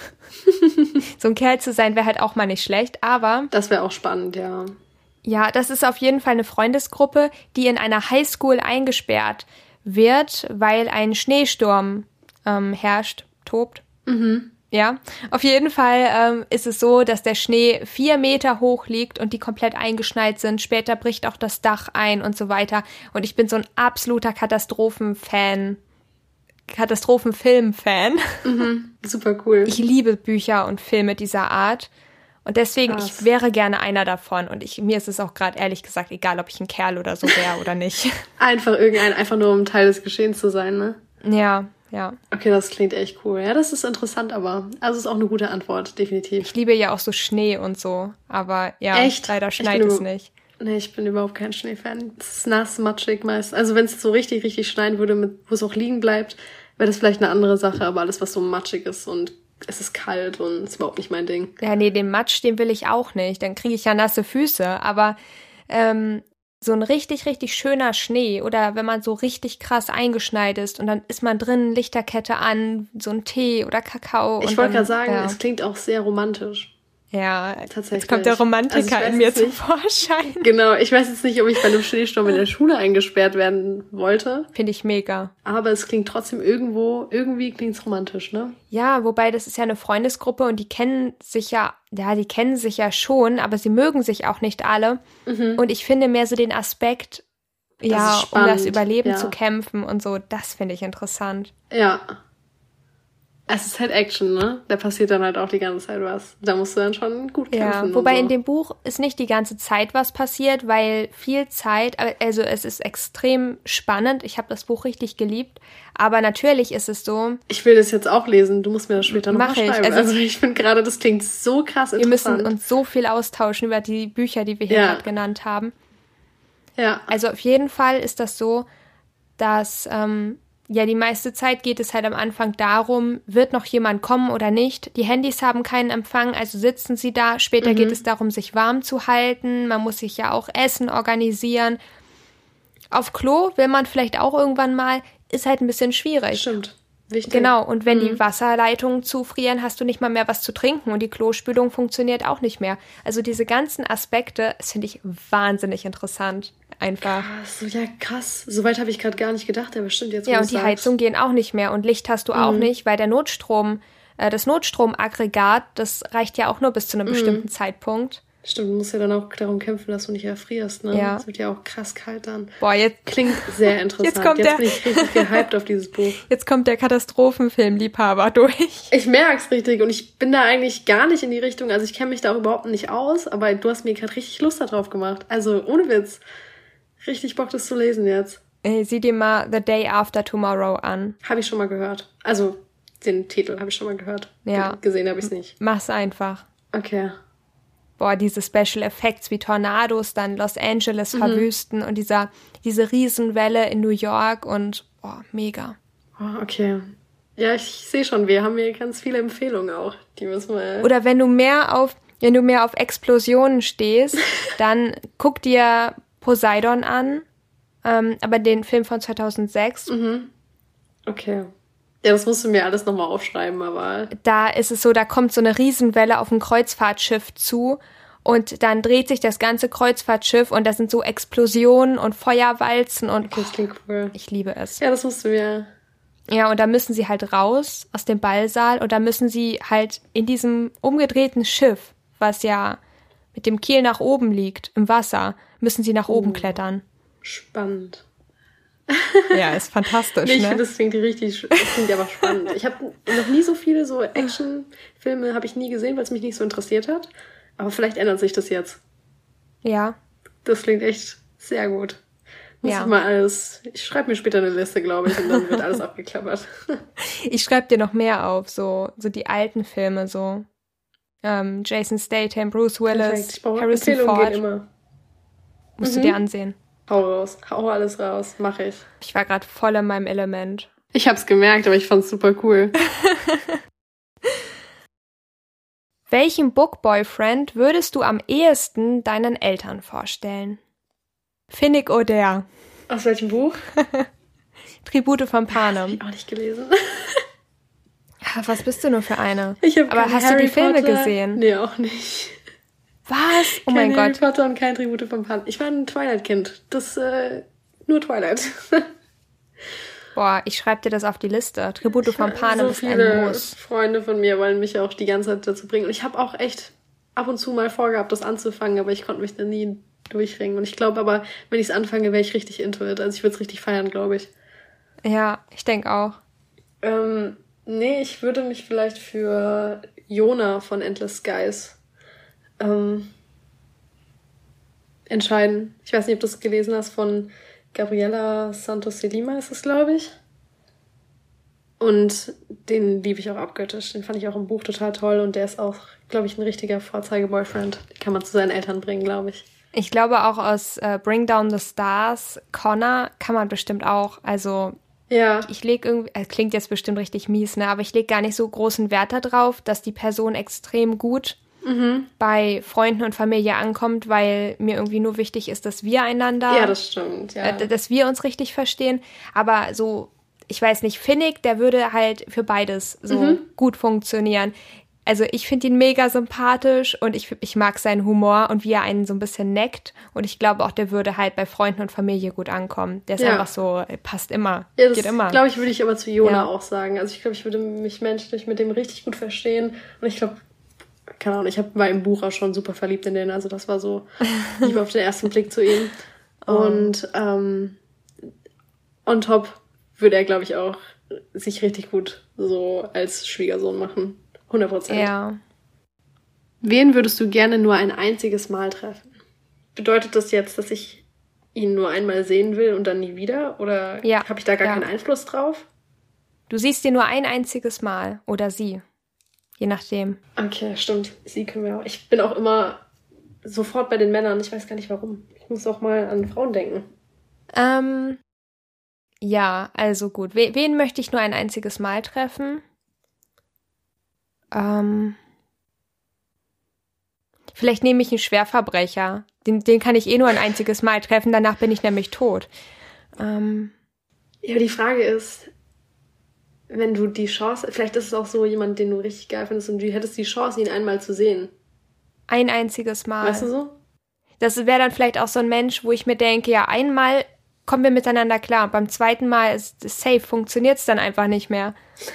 so ein Kerl zu sein wäre halt auch mal nicht schlecht, aber das wäre auch spannend, ja. Ja, das ist auf jeden Fall eine Freundesgruppe, die in einer Highschool eingesperrt wird, weil ein Schneesturm ähm, herrscht, tobt. Mhm. Ja, auf jeden Fall ähm, ist es so, dass der Schnee vier Meter hoch liegt und die komplett eingeschneit sind. Später bricht auch das Dach ein und so weiter. Und ich bin so ein absoluter Katastrophenfan. Katastrophenfilm-Fan. Mhm, super cool. Ich liebe Bücher und Filme dieser Art. Und deswegen, Krass. ich wäre gerne einer davon. Und ich, mir ist es auch gerade ehrlich gesagt egal, ob ich ein Kerl oder so wäre oder nicht. Einfach irgendein, einfach nur um Teil des Geschehens zu sein, ne? Ja, ja. Okay, das klingt echt cool. Ja, das ist interessant, aber also ist auch eine gute Antwort, definitiv. Ich liebe ja auch so Schnee und so, aber ja, echt? leider schneit es nicht. Nee, ich bin überhaupt kein Schneefan. Es ist nass, matschig meist. Also wenn es so richtig, richtig schneien würde, mit, wo es auch liegen bleibt, wäre das vielleicht eine andere Sache, aber alles, was so matschig ist und es ist kalt und es ist überhaupt nicht mein Ding. Ja, nee, den Matsch, den will ich auch nicht. Dann kriege ich ja nasse Füße. Aber ähm, so ein richtig, richtig schöner Schnee oder wenn man so richtig krass eingeschneit ist und dann ist man drin, Lichterkette an, so ein Tee oder Kakao. Ich wollte gerade sagen, ja. Es klingt auch sehr romantisch. Ja, tatsächlich. Jetzt kommt der Romantiker also in mir zum Vorschein. Genau, ich weiß jetzt nicht, ob ich bei einem Schneesturm in der Schule eingesperrt werden wollte. Finde ich mega. Aber es klingt trotzdem irgendwo, irgendwie klingt's romantisch, ne? Ja, wobei das ist ja eine Freundesgruppe und die kennen sich ja, ja, die kennen sich ja schon, aber sie mögen sich auch nicht alle. Mhm. Und ich finde mehr so den Aspekt, das ja, um das Überleben ja. zu kämpfen und so, das finde ich interessant. Ja. Es ist halt Action, ne? Da passiert dann halt auch die ganze Zeit was. Da musst du dann schon gut kämpfen. Ja, wobei so. In dem Buch ist nicht die ganze Zeit was passiert, weil viel Zeit, also es ist extrem spannend. Ich habe das Buch richtig geliebt. Aber natürlich ist es so. Ich will das jetzt auch lesen. Du musst mir das später noch mal schreiben. Ich. Also, also ich finde gerade, das klingt so krass interessant. Wir müssen uns so viel austauschen über die Bücher, die wir hier ja. gerade genannt haben. Ja. Also auf jeden Fall ist das so, dass ähm, ja, die meiste Zeit geht es halt am Anfang darum, wird noch jemand kommen oder nicht. Die Handys haben keinen Empfang, also sitzen sie da. Später mhm. geht es darum, sich warm zu halten. Man muss sich ja auch Essen organisieren. Auf Klo will man vielleicht auch irgendwann mal, ist halt ein bisschen schwierig. Stimmt. Wichtig. Genau, und wenn mhm. die Wasserleitungen zufrieren, hast du nicht mal mehr was zu trinken und die Klospülung funktioniert auch nicht mehr. Also diese ganzen Aspekte, das finde ich wahnsinnig interessant. Einfach. Krass, ja krass. Soweit habe ich gerade gar nicht gedacht, aber stimmt jetzt. Ja, und die sagst. Heizung gehen auch nicht mehr und Licht hast du mhm. auch nicht, weil der Notstrom, äh, das Notstromaggregat, das reicht ja auch nur bis zu einem mhm. bestimmten Zeitpunkt. Stimmt, du musst ja dann auch darum kämpfen, dass du nicht erfrierst, ne? Ja. Es wird ja auch krass kalt dann. Boah, jetzt klingt sehr interessant. Jetzt, kommt jetzt der, bin ich richtig gehypt auf dieses Buch. Jetzt kommt der Katastrophenfilmliebhaber durch. Ich merk's richtig und ich bin da eigentlich gar nicht in die Richtung, also ich kenne mich da auch überhaupt nicht aus, aber du hast mir gerade richtig Lust darauf gemacht. Also ohne Witz. Richtig Bock, das zu lesen jetzt. Hey, sieh dir mal The Day After Tomorrow an. Habe ich schon mal gehört. Also den Titel habe ich schon mal gehört. Ja. Gesehen habe ich es nicht. Mach's einfach. Okay. Boah, diese Special Effects wie Tornados dann Los Angeles mhm. verwüsten und dieser, diese Riesenwelle in New York und boah, mega. Oh, okay. Ja, ich sehe schon, wir haben hier ganz viele Empfehlungen auch. Die müssen wir... Oder wenn du mehr auf, wenn du mehr auf Explosionen stehst, dann guck dir Poseidon an, ähm, aber den Film von zweitausendsechs. Mhm. Okay. Ja, das musst du mir alles nochmal aufschreiben, aber... Da ist es so, da kommt so eine Riesenwelle auf ein Kreuzfahrtschiff zu und dann dreht sich das ganze Kreuzfahrtschiff und da sind so Explosionen und Feuerwalzen und... Okay, das klingt cool. Ich liebe es. Ja, das musst du mir... Ja, und da müssen sie halt raus aus dem Ballsaal und da müssen sie halt in diesem umgedrehten Schiff, was ja mit dem Kiel nach oben liegt, im Wasser, müssen sie nach oben oh, klettern. Spannend. Ja, ist fantastisch, nee, ich ne? finde, das klingt richtig, das klingt aber spannend. Ich habe noch nie so viele so Actionfilme habe ich nie gesehen, weil es mich nicht so interessiert hat. Aber vielleicht ändert sich das jetzt. Ja. Das klingt echt sehr gut. Muss ja. ich mal alles, ich schreibe mir später eine Liste, glaube ich, und dann wird alles abgeklappert. Ich schreibe dir noch mehr auf, so, so die alten Filme, so ähm, Jason Statham, Bruce Willis, Harrison Ford. Immer. Musst mhm. du dir ansehen. Hau raus, hau alles raus, mach ich. Ich war gerade voll in meinem Element. Ich hab's gemerkt, aber ich fand's super cool. Welchen Book-Boyfriend würdest du am ehesten deinen Eltern vorstellen? Finnick Odair. Aus welchem Buch? Tribute von Panem. Hab ich auch nicht gelesen. Was bist du nur für eine? Ich hab Aber hast Harry du die Filme Potter. gesehen? Nee, auch nicht. Was? Oh kein mein Harry Gott. Potter und kein Tribute von Panem. Ich war ein Twilight-Kind. Das, äh, nur Twilight. Boah, ich schreibe dir das auf die Liste. Tribute von Panem so ist ein viele Muss. Freunde von mir wollen mich auch die ganze Zeit dazu bringen. Und ich habe auch echt ab und zu mal vorgehabt, das anzufangen, aber ich konnte mich da nie durchringen. Und ich glaube aber, wenn ich es anfange, wäre ich richtig into it. Also ich würde es richtig feiern, glaube ich. Ja, ich denke auch. Ähm, nee, ich würde mich vielleicht für Jonah von Endless Skies ähm, entscheiden. Ich weiß nicht, ob du es gelesen hast, von Gabriela Santos de Lima ist es, glaube ich. Und den liebe ich auch abgöttisch. Den fand ich auch im Buch total toll. Und der ist auch, glaube ich, ein richtiger Vorzeige-Boyfriend. Den kann man zu seinen Eltern bringen, glaube ich. Ich glaube auch aus äh, Bring Down the Stars, Connor, kann man bestimmt auch, also Ja. Ich lege irgendwie, äh, klingt jetzt bestimmt richtig mies, ne, aber ich lege gar nicht so großen Wert darauf, dass die Person extrem gut mhm. bei Freunden und Familie ankommt, weil mir irgendwie nur wichtig ist, dass wir einander, ja, das stimmt, ja. Äh, dass wir uns richtig verstehen. Aber so, ich weiß nicht, Finnick, der würde halt für beides so mhm. gut funktionieren. Also ich finde ihn mega sympathisch und ich, ich mag seinen Humor und wie er einen so ein bisschen neckt. Und ich glaube auch, der würde halt bei Freunden und Familie gut ankommen. Der ist ja. einfach so, passt immer, ja, das geht immer. glaube ich, würde ich aber zu Jona ja. auch sagen. Also ich glaube, ich würde mich menschlich mit dem richtig gut verstehen. Und ich glaube, keine Ahnung, ich hab, war im Buch auch schon super verliebt in den. Also das war so Liebe auf den ersten Blick zu ihm. Oh. Und ähm, on top würde er, glaube ich, auch sich richtig gut so als Schwiegersohn machen. hundert Prozent. Ja. Wen würdest du gerne nur ein einziges Mal treffen? Bedeutet das jetzt, dass ich ihn nur einmal sehen will und dann nie wieder? Oder ja. habe ich da gar ja. keinen Einfluss drauf? Du siehst ihn nur ein einziges Mal. Oder sie. Je nachdem. Okay, stimmt. Sie können wir auch. Ich bin auch immer sofort bei den Männern. Ich weiß gar nicht warum. Ich muss auch mal an Frauen denken. Ähm, ja, also gut. Wen, wen möchte ich nur ein einziges Mal treffen? Ähm, vielleicht nehme ich einen Schwerverbrecher. Den, den kann ich eh nur ein einziges Mal treffen, danach bin ich nämlich tot. Ähm, ja, die Frage ist, wenn du die Chance, vielleicht ist es auch so jemand, den du richtig geil findest und du hättest die Chance, ihn einmal zu sehen. Ein einziges Mal. Weißt du so? Das wäre dann vielleicht auch so ein Mensch, wo ich mir denke, ja, einmal kommen wir miteinander klar. Beim zweiten Mal ist es safe, funktioniert es dann einfach nicht mehr.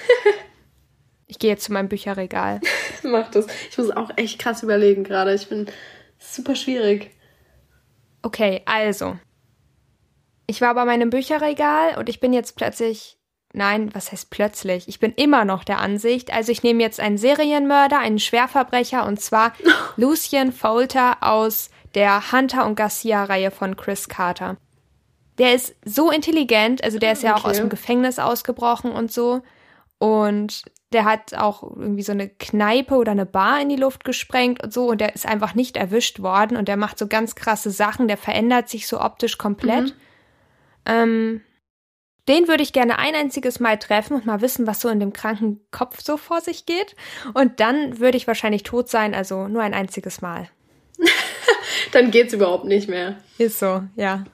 Ich gehe jetzt zu meinem Bücherregal. Mach das. Ich muss auch echt krass überlegen gerade. Ich bin super schwierig. Okay, also. Ich war bei meinem Bücherregal und ich bin jetzt plötzlich... Nein, was heißt plötzlich? Ich bin immer noch der Ansicht. Also ich nehme jetzt einen Serienmörder, einen Schwerverbrecher und zwar Lucien Folter aus der Hunter und Garcia-Reihe von Chris Carter. Der ist so intelligent, also der ist ja okay. auch aus dem Gefängnis ausgebrochen und so. Und der hat auch irgendwie so eine Kneipe oder eine Bar in die Luft gesprengt und so. Und der ist einfach nicht erwischt worden. Und der macht so ganz krasse Sachen. Der verändert sich so optisch komplett. Mhm. Ähm, den würde ich gerne ein einziges Mal treffen und mal wissen, was so in dem kranken Kopf so vor sich geht. Und dann würde ich wahrscheinlich tot sein, also nur ein einziges Mal. Dann geht's überhaupt nicht mehr. Ist so, ja.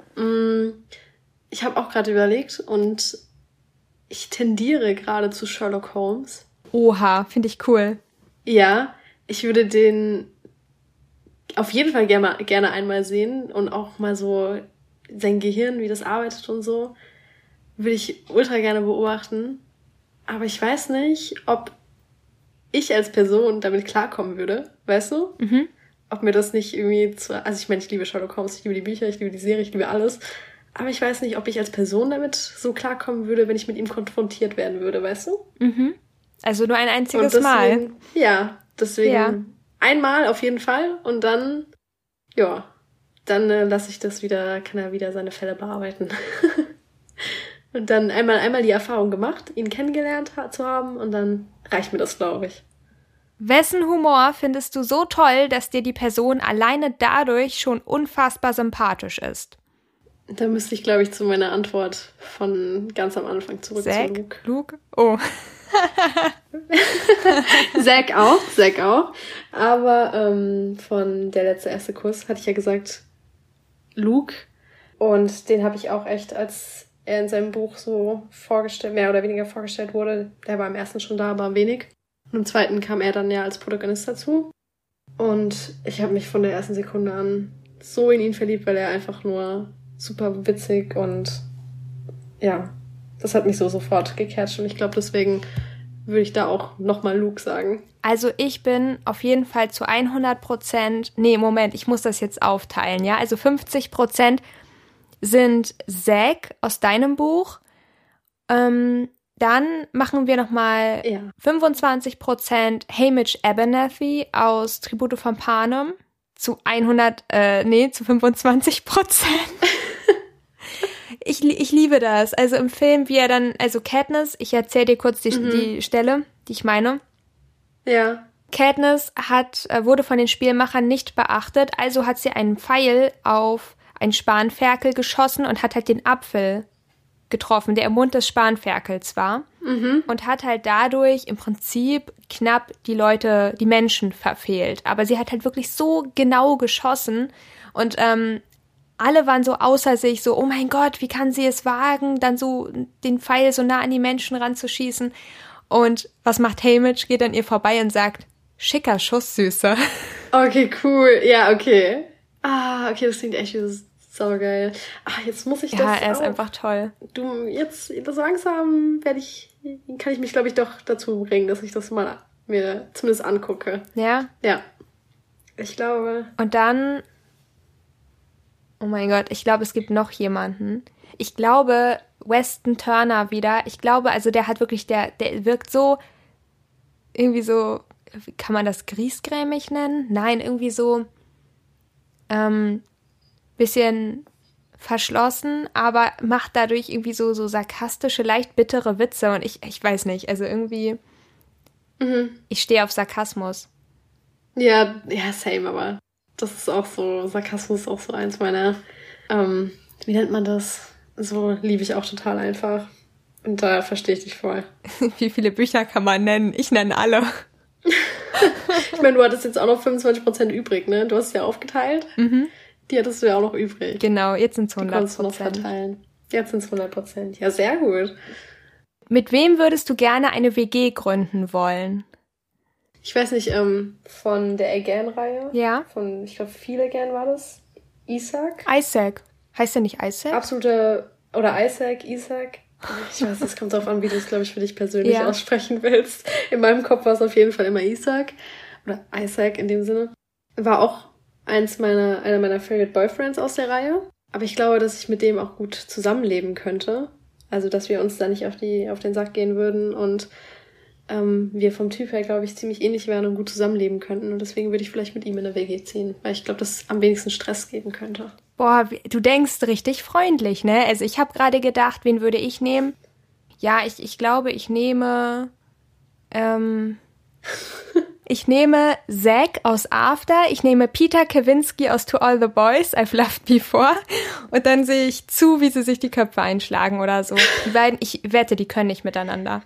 Ich habe auch gerade überlegt und ich tendiere gerade zu Sherlock Holmes. Oha, finde ich cool. Ja, ich würde den auf jeden Fall gerne, gerne einmal sehen und auch mal so sein Gehirn, wie das arbeitet und so, würde ich ultra gerne beobachten. Aber ich weiß nicht, ob ich als Person damit klarkommen würde, weißt du? Mhm. Ob mir das nicht irgendwie zu... Also ich meine, ich liebe Sherlock Holmes, ich liebe die Bücher, ich liebe die Serie, ich liebe alles. Aber ich weiß nicht, ob ich als Person damit so klarkommen würde, wenn ich mit ihm konfrontiert werden würde, weißt du? Mhm. Also nur ein einziges deswegen, Mal. Ja, deswegen ja. einmal auf jeden Fall und dann, ja, dann äh, lasse ich das wieder, kann er wieder seine Fälle bearbeiten. Und dann einmal, einmal die Erfahrung gemacht, ihn kennengelernt ha- zu haben und dann reicht mir das, glaube ich. Wessen Humor findest du so toll, dass dir die Person alleine dadurch schon unfassbar sympathisch ist? Da müsste ich, glaube ich, zu meiner Antwort von ganz am Anfang zurück Zack, zu Luke. Luke? Oh. Zack auch, Zack auch. Aber ähm, von Der letzte erste Kuss hatte ich ja gesagt Luke. Und den habe ich auch echt, als er in seinem Buch so vorgestellt, mehr oder weniger vorgestellt wurde, der war im ersten schon da, aber wenig. Und im zweiten kam er dann ja als Protagonist dazu. Und ich habe mich von der ersten Sekunde an so in ihn verliebt, weil er einfach nur super witzig und ja, das hat mich so sofort gecatcht. Und ich glaube, deswegen würde ich da auch nochmal Luke sagen. Also ich bin auf jeden Fall zu hundert Prozent, nee, Moment, ich muss das jetzt aufteilen, ja? Also fünfzig Prozent sind Zack aus deinem Buch. Ähm, dann machen wir nochmal ja. fünfundzwanzig Prozent Hamish Abernathy aus Tribute von Panem zu hundert, äh, nee, zu fünfundzwanzig Prozent. ich, ich liebe das. Also im Film, wie er dann, also Katniss, ich erzähle dir kurz die, mhm. die Stelle, die ich meine. Ja. Katniss hat, wurde von den Spielmachern nicht beachtet, also hat sie einen Pfeil auf ein Spanferkel geschossen und hat halt den Apfel getroffen, der im Mund des Spanferkels war. Mhm. Und hat halt dadurch im Prinzip knapp die Leute, die Menschen verfehlt. Aber sie hat halt wirklich so genau geschossen und ähm, alle waren so außer sich, so, oh mein Gott, wie kann sie es wagen, dann so den Pfeil so nah an die Menschen ranzuschießen. Und was macht Haymitch? Geht an ihr vorbei und sagt, schicker Schuss, Süße. Okay, cool. Ja, okay. Ah, okay, das klingt echt saugeil. Ah, jetzt muss ich das Ja, er ist auch. einfach toll. Du, jetzt, so langsam werde ich, kann ich mich, glaube ich, doch dazu bringen, dass ich das mal mir zumindest angucke. Ja? Ja. Ich glaube. Und dann, oh mein Gott, ich glaube, es gibt noch jemanden. Ich glaube, Weston Turner wieder. Ich glaube, also der hat wirklich, der, der wirkt so, irgendwie so, kann man das griesgrämig nennen? Nein, irgendwie so, ähm, bisschen verschlossen, aber macht dadurch irgendwie so, so sarkastische, leicht bittere Witze und ich, ich weiß nicht, also irgendwie, mhm. ich stehe auf Sarkasmus. Ja, ja, same, aber das ist auch so, Sarkasmus ist auch so eins meiner, ähm, wie nennt man das? So liebe ich auch total einfach. Und da verstehe ich dich voll. Wie viele Bücher kann man nennen? Ich nenne alle. Ich meine, du hattest jetzt auch noch fünfundzwanzig Prozent übrig, ne? Du hast es ja aufgeteilt. Mhm. Die hattest du ja auch noch übrig. Genau, jetzt sind es hundert Prozent. Die konntest du noch verteilen. Jetzt sind es hundert Prozent. Ja, sehr gut. Mit wem würdest du gerne eine W G gründen wollen? Ich weiß nicht, ähm, von der Again-Reihe. Ja. Von, ich glaube, viel Again war das. Isaac. Isaac. Heißt der nicht Isaac? Absolute, oder Isaac, Isaac. Ich weiß, es kommt darauf an, wie du es, glaube ich, für dich persönlich ja. aussprechen willst. In meinem Kopf war es auf jeden Fall immer Isaac. Oder Isaac in dem Sinne. War auch eins meiner, einer meiner Favorite Boyfriends aus der Reihe. Aber ich glaube, dass ich mit dem auch gut zusammenleben könnte. Also, dass wir uns da nicht auf die, auf den Sack gehen würden und ähm, wir vom Typ her, glaube ich, ziemlich ähnlich wären und gut zusammenleben könnten. Und deswegen würde ich vielleicht mit ihm in eine W G ziehen, weil ich glaube, das am wenigsten Stress geben könnte. Boah, du denkst richtig freundlich, ne? Also ich habe gerade gedacht, wen würde ich nehmen? Ja, ich, ich glaube, ich nehme ähm, ich nehme Zack aus After, ich nehme Peter Kavinsky aus To All the Boys, I've Loved Before und dann sehe ich zu, wie sie sich die Köpfe einschlagen oder so. Die beiden, ich wette, die können nicht miteinander.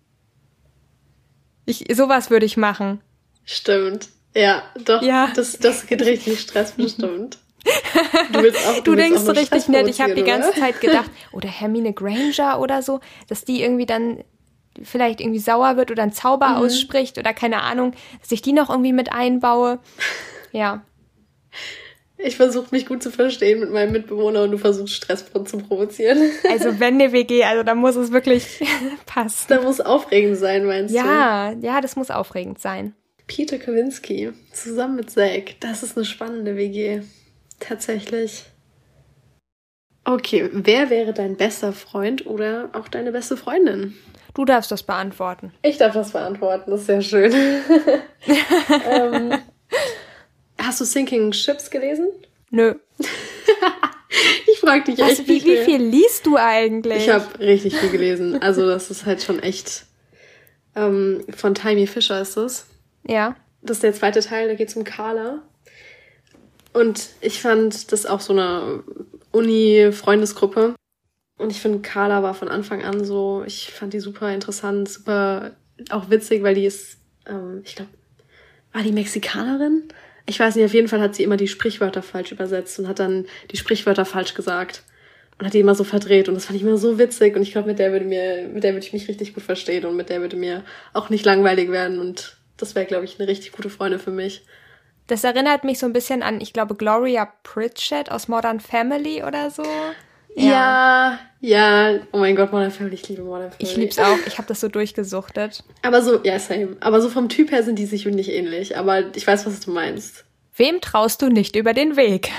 Ich, sowas würde ich machen. Stimmt. Ja, doch. Ja. Das, das geht richtig Stress bestimmt. Du, willst auch, du, du denkst so richtig nett. Ich habe die ganze Zeit gedacht, oder Hermine Granger oder so, dass die irgendwie dann vielleicht irgendwie sauer wird oder einen Zauber mhm. ausspricht oder keine Ahnung, dass ich die noch irgendwie mit einbaue. Ja. Ich versuche mich gut zu verstehen mit meinem Mitbewohner und du versuchst Stress zu provozieren. Also wenn eine W G, also da muss es wirklich passen. Da muss aufregend sein, meinst ja, du? Ja, ja, das muss aufregend sein. Peter Kavinsky zusammen mit Zack, das ist eine spannende W G. Tatsächlich. Okay, wer wäre dein bester Freund oder auch deine beste Freundin? Du darfst das beantworten. Ich darf das beantworten, das ist sehr schön. ähm, hast du Sinking Ships gelesen? Nö. Ich frag dich echt Was, wie, wie viel liest du eigentlich? Ich habe richtig viel gelesen. Also das ist halt schon echt... Ähm, von Tammy Fischer ist das. Ja. Das ist der zweite Teil, da geht es um Carla. Und ich fand das auch so eine Uni-Freundesgruppe. Und ich finde, Carla war von Anfang an so, ich fand die super interessant, super auch witzig, weil die ist, ähm, ich glaube, war die Mexikanerin? Ich weiß nicht, auf jeden Fall hat sie immer die Sprichwörter falsch übersetzt und hat dann die Sprichwörter falsch gesagt. Und hat die immer so verdreht. Und das fand ich immer so witzig. Und ich glaube, mit der würde mir, mit der würde ich mich richtig gut verstehen. Und mit der würde mir auch nicht langweilig werden. Und das wäre, glaube ich, eine richtig gute Freundin für mich. Das erinnert mich so ein bisschen an, ich glaube, Gloria Pritchett aus Modern Family oder so. Ja, ja. ja. Oh mein Gott, Modern Family. Ich liebe Modern Family. Ich lieb's auch. Ich habe das so durchgesuchtet. Aber so, ja, same. Aber so vom Typ her sind die sich nicht ähnlich. Aber ich weiß, was du meinst. Wem traust du nicht über den Weg?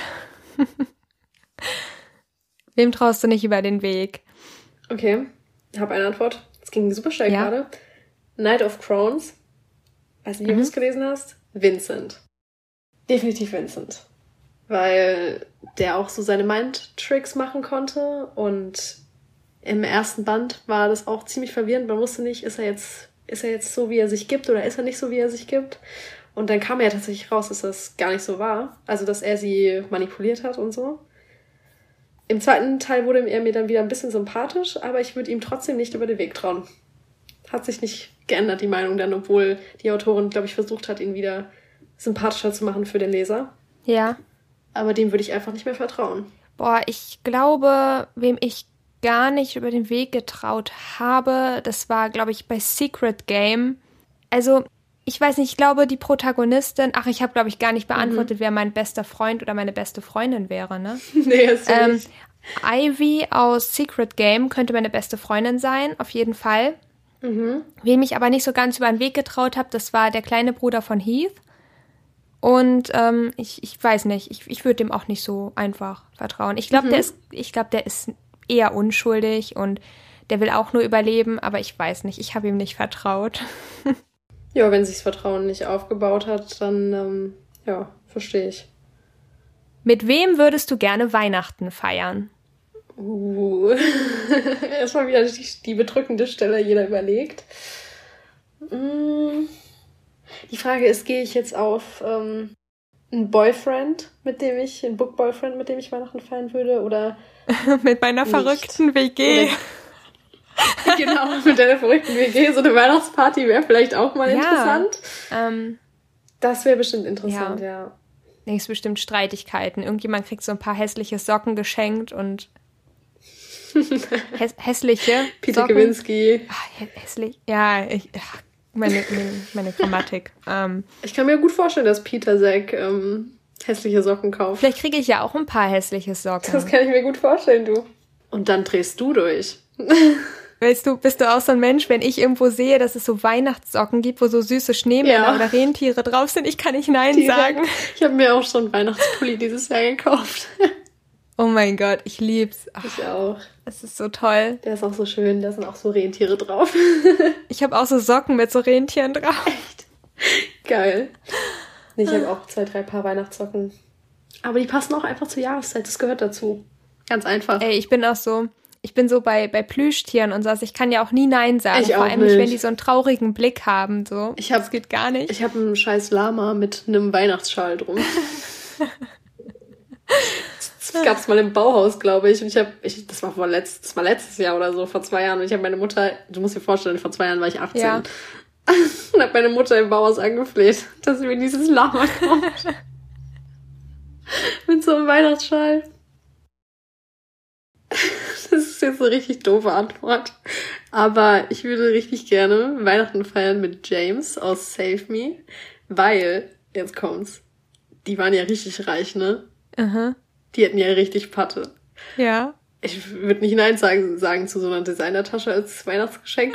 Wem traust du nicht über den Weg? Okay, ich habe eine Antwort. Es ging super schnell ja. gerade. Knight of Crowns. Weiß nicht, ob du es gelesen hast. Vincent. Definitiv Vincent. Weil der auch so seine Mind-Tricks machen konnte. Und im ersten Band war das auch ziemlich verwirrend. Man wusste nicht, ist er jetzt, ist er jetzt so, wie er sich gibt oder ist er nicht so, wie er sich gibt. Und dann kam ja tatsächlich raus, dass das gar nicht so war. Also, dass er sie manipuliert hat und so. Im zweiten Teil wurde er mir dann wieder ein bisschen sympathisch, aber ich würde ihm trotzdem nicht über den Weg trauen. Hat sich nicht geändert, die Meinung dann, obwohl die Autorin, glaube ich, versucht hat, ihn wieder sympathischer zu machen für den Leser. Ja. Aber dem würde ich einfach nicht mehr vertrauen. Boah, ich glaube, wem ich gar nicht über den Weg getraut habe, das war, glaube ich, bei Secret Game. Also, ich weiß nicht, ich glaube, die Protagonistin, ach, ich habe, glaube ich, gar nicht beantwortet, mhm. wer mein bester Freund oder meine beste Freundin wäre, ne? Nee, ist ja ähm, nicht. Ivy aus Secret Game könnte meine beste Freundin sein, auf jeden Fall. Mhm. Wem ich aber nicht so ganz über den Weg getraut habe, das war der kleine Bruder von Heath. Und ähm, ich, ich weiß nicht, ich, ich würde dem auch nicht so einfach vertrauen. Ich glaube, Mhm. der ist, ich glaube, der ist eher unschuldig und der will auch nur überleben, aber ich weiß nicht, ich habe ihm nicht vertraut. Ja, wenn sich das Vertrauen nicht aufgebaut hat, dann, ähm, ja, verstehe ich. Mit wem würdest du gerne Weihnachten feiern? Uh, erstmal wieder die, die bedrückende Stelle, jeder überlegt. Mm. Die Frage ist, gehe ich jetzt auf ähm, einen Boyfriend, mit dem ich, einen Book-Boyfriend, mit dem ich Weihnachten feiern würde, oder mit meiner nicht? verrückten W G. Oder, genau, mit deiner verrückten W G. So eine Weihnachtsparty wäre vielleicht auch mal ja, interessant. Ähm, das wäre bestimmt interessant, ja. ja. Nächstes bestimmt Streitigkeiten. Irgendjemand kriegt so ein paar hässliche Socken geschenkt und häss- hässliche Peter Socken. Kawinski. Ach, hässlich. Ja, ich, ach, meine, meine, meine Grammatik. Ähm, ich kann mir gut vorstellen, dass Peter Sack ähm, hässliche Socken kauft. Vielleicht kriege ich ja auch ein paar hässliche Socken. Das kann ich mir gut vorstellen, du. Und dann drehst du durch. Weißt du, bist du auch so ein Mensch, wenn ich irgendwo sehe, dass es so Weihnachtssocken gibt, wo so süße Schneemänner Ja. oder Rentiere drauf sind, ich kann nicht Nein Direkt. sagen. Ich habe mir auch schon einen Weihnachtspulli dieses Jahr gekauft. Oh mein Gott, ich lieb's. Ach, Ich auch. es ist so toll. Der ist auch so schön, da sind auch so Rentiere drauf. Ich habe auch so Socken mit so Rentieren drauf. Echt? Geil. Nee, ich habe auch zwei, drei Paar Weihnachtssocken. Aber die passen auch einfach zur Jahreszeit, das gehört dazu. Ganz einfach. Ey, ich bin auch so, ich bin so bei, bei Plüschtieren und so, also ich kann ja auch nie Nein sagen. Ich Vor auch allem nicht, nicht. wenn die so einen traurigen Blick haben, so. Ich hab- das geht gar nicht. Ich habe einen scheiß Lama mit einem Weihnachtsschal drum. Das gab's mal im Bauhaus, glaube ich. Und ich habe, ich, das war vor letzt, das war letztes Jahr oder so, vor zwei Jahren. Und ich habe meine Mutter, du musst dir vorstellen, vor zwei Jahren war ich achtzehn. Ja. Und habe meine Mutter im Bauhaus angefleht, dass sie mir dieses Lama kauft. Mit so einem Weihnachtsschal. Das ist jetzt eine richtig doofe Antwort. Aber ich würde richtig gerne Weihnachten feiern mit James aus Save Me. Weil, jetzt kommt's, die waren ja richtig reich, ne? Aha. Die hätten ja richtig Patte. Ja. Ich würde nicht Nein sagen, sagen zu so einer Designertasche als Weihnachtsgeschenk.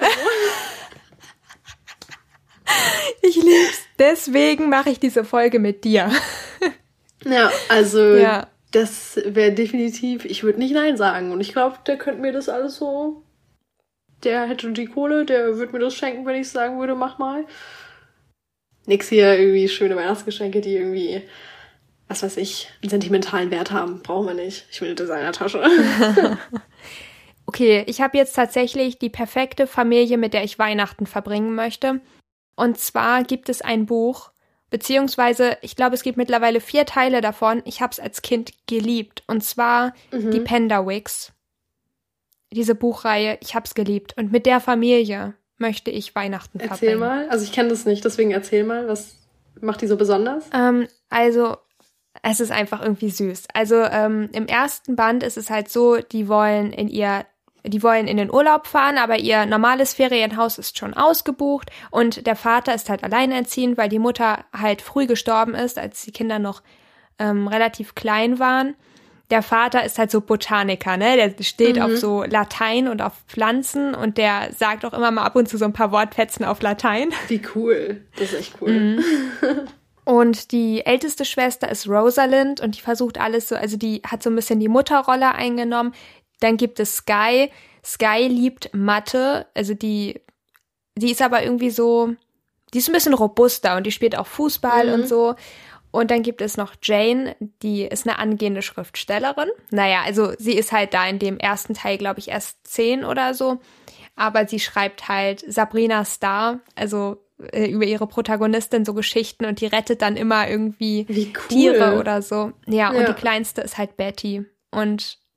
Ich lieb's. Deswegen mache ich diese Folge mit dir. Ja, also Ja. das wäre definitiv, ich würde nicht Nein sagen. Und ich glaube, der könnte mir das alles so, der hätte die Kohle, der würde mir das schenken, wenn ich sagen würde, mach mal. Nix hier irgendwie schöne Weihnachtsgeschenke, die irgendwie, was weiß ich, einen sentimentalen Wert haben. Brauchen wir nicht. Ich will eine Designertasche. Okay, ich habe jetzt tatsächlich die perfekte Familie, mit der ich Weihnachten verbringen möchte. Und zwar gibt es ein Buch, beziehungsweise, ich glaube, es gibt mittlerweile vier Teile davon. Ich habe es als Kind geliebt. Und zwar Mhm. die Pendawicks. Diese Buchreihe, ich habe es geliebt. Und mit der Familie möchte ich Weihnachten Erzähl verbringen. mal. Also ich kenne das nicht, deswegen erzähl mal. Was macht die so besonders? Ähm, also, es ist einfach irgendwie süß. Also, ähm, im ersten Band ist es halt so, die wollen in ihr, die wollen in den Urlaub fahren, aber ihr normales Ferienhaus ist schon ausgebucht und der Vater ist halt alleinerziehend, weil die Mutter halt früh gestorben ist, als die Kinder noch ähm, relativ klein waren. Der Vater ist halt so Botaniker, ne? Der steht Mhm. auf so Latein und auf Pflanzen und der sagt auch immer mal ab und zu so ein paar Wortfetzen auf Latein. Wie cool. Das ist echt cool. Mhm. Und die älteste Schwester ist Rosalind und die versucht alles so, also die hat so ein bisschen die Mutterrolle eingenommen. Dann gibt es Sky. Sky liebt Mathe, also die, die ist aber irgendwie so, die ist ein bisschen robuster und die spielt auch Fußball Mhm. und so. Und dann gibt es noch Jane, die ist eine angehende Schriftstellerin. Naja, also sie ist halt da in dem ersten Teil, glaube ich, erst zehn oder so. Aber sie schreibt halt Sabrina Starr, also äh, über ihre Protagonistin so Geschichten und die rettet dann immer irgendwie Wie cool. Tiere oder so. Ja, und Ja. die kleinste ist halt Betty. Und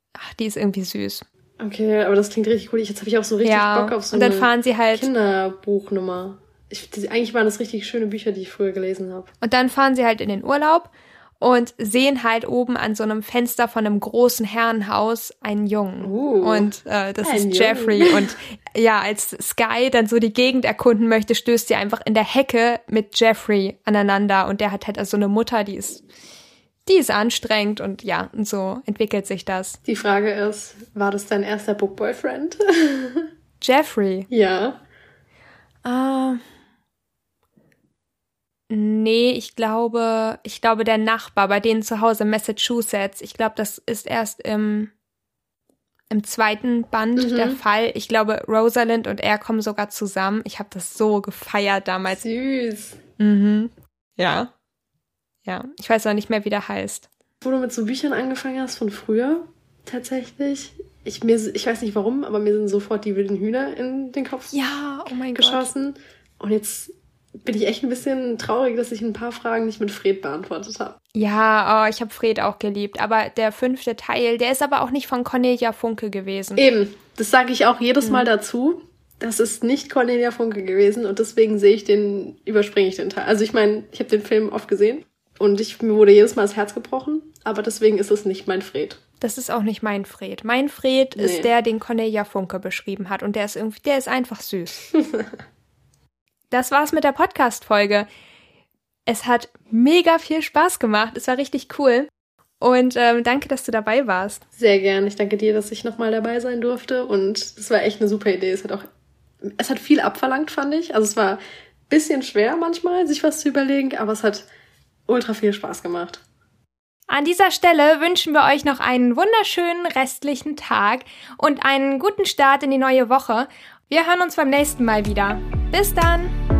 ach, die ist irgendwie süß. Okay, aber das klingt richtig cool. Jetzt habe ich auch so richtig ja, Bock auf so und dann eine fahren sie halt, Kinderbuchnummer. Ich, die, eigentlich waren das richtig schöne Bücher, die ich früher gelesen habe. Und dann fahren sie halt in den Urlaub und sehen halt oben an so einem Fenster von einem großen Herrenhaus einen Jungen. Uh, und äh, das ist Jungen. Jeffrey. Und ja, als Sky dann so die Gegend erkunden möchte, stößt sie einfach in der Hecke mit Jeffrey aneinander. Und der hat halt also eine Mutter, die ist, die ist anstrengend. Und ja, und so entwickelt sich das. Die Frage ist, war das dein erster Book-Boyfriend? Jeffrey? Ja. Ah... Uh, Nee, ich glaube, ich glaube, der Nachbar bei denen zu Hause in Massachusetts, ich glaube, das ist erst im, im zweiten Band Mhm. der Fall. Ich glaube, Rosalind und er kommen sogar zusammen. Ich habe das so gefeiert damals. Süß. Mhm. Ja. Ja, ich weiß auch nicht mehr, wie der heißt. Wo du mit so Büchern angefangen hast von früher, tatsächlich. Ich, mir, ich weiß nicht warum, aber mir sind sofort die wilden Hühner in den Kopf Ja, oh mein geschossen. Und jetzt bin ich echt ein bisschen traurig, dass ich ein paar Fragen nicht mit Fred beantwortet habe. Ja, oh, ich habe Fred auch geliebt. Aber der fünfte Teil, der ist aber auch nicht von Cornelia Funke gewesen. Eben, das sage ich auch jedes Mal dazu. Das ist nicht Cornelia Funke gewesen und deswegen sehe ich den, überspringe ich den Teil. Also ich meine, ich habe den Film oft gesehen und ich, mir wurde jedes Mal das Herz gebrochen, aber deswegen ist es nicht mein Fred. Das ist auch nicht mein Fred. Mein Fred Nee. ist der, den Cornelia Funke beschrieben hat. Und der ist irgendwie, der ist einfach süß. Das war's mit der Podcast-Folge. Es hat mega viel Spaß gemacht. Es war richtig cool. Und ähm, danke, dass du dabei warst. Sehr gern. Ich danke dir, dass ich nochmal dabei sein durfte. Und es war echt eine super Idee. Es hat auch, es hat viel abverlangt, fand ich. Also es war ein bisschen schwer manchmal, sich was zu überlegen, aber es hat ultra viel Spaß gemacht. An dieser Stelle wünschen wir euch noch einen wunderschönen restlichen Tag und einen guten Start in die neue Woche. Wir hören uns beim nächsten Mal wieder. Bis dann!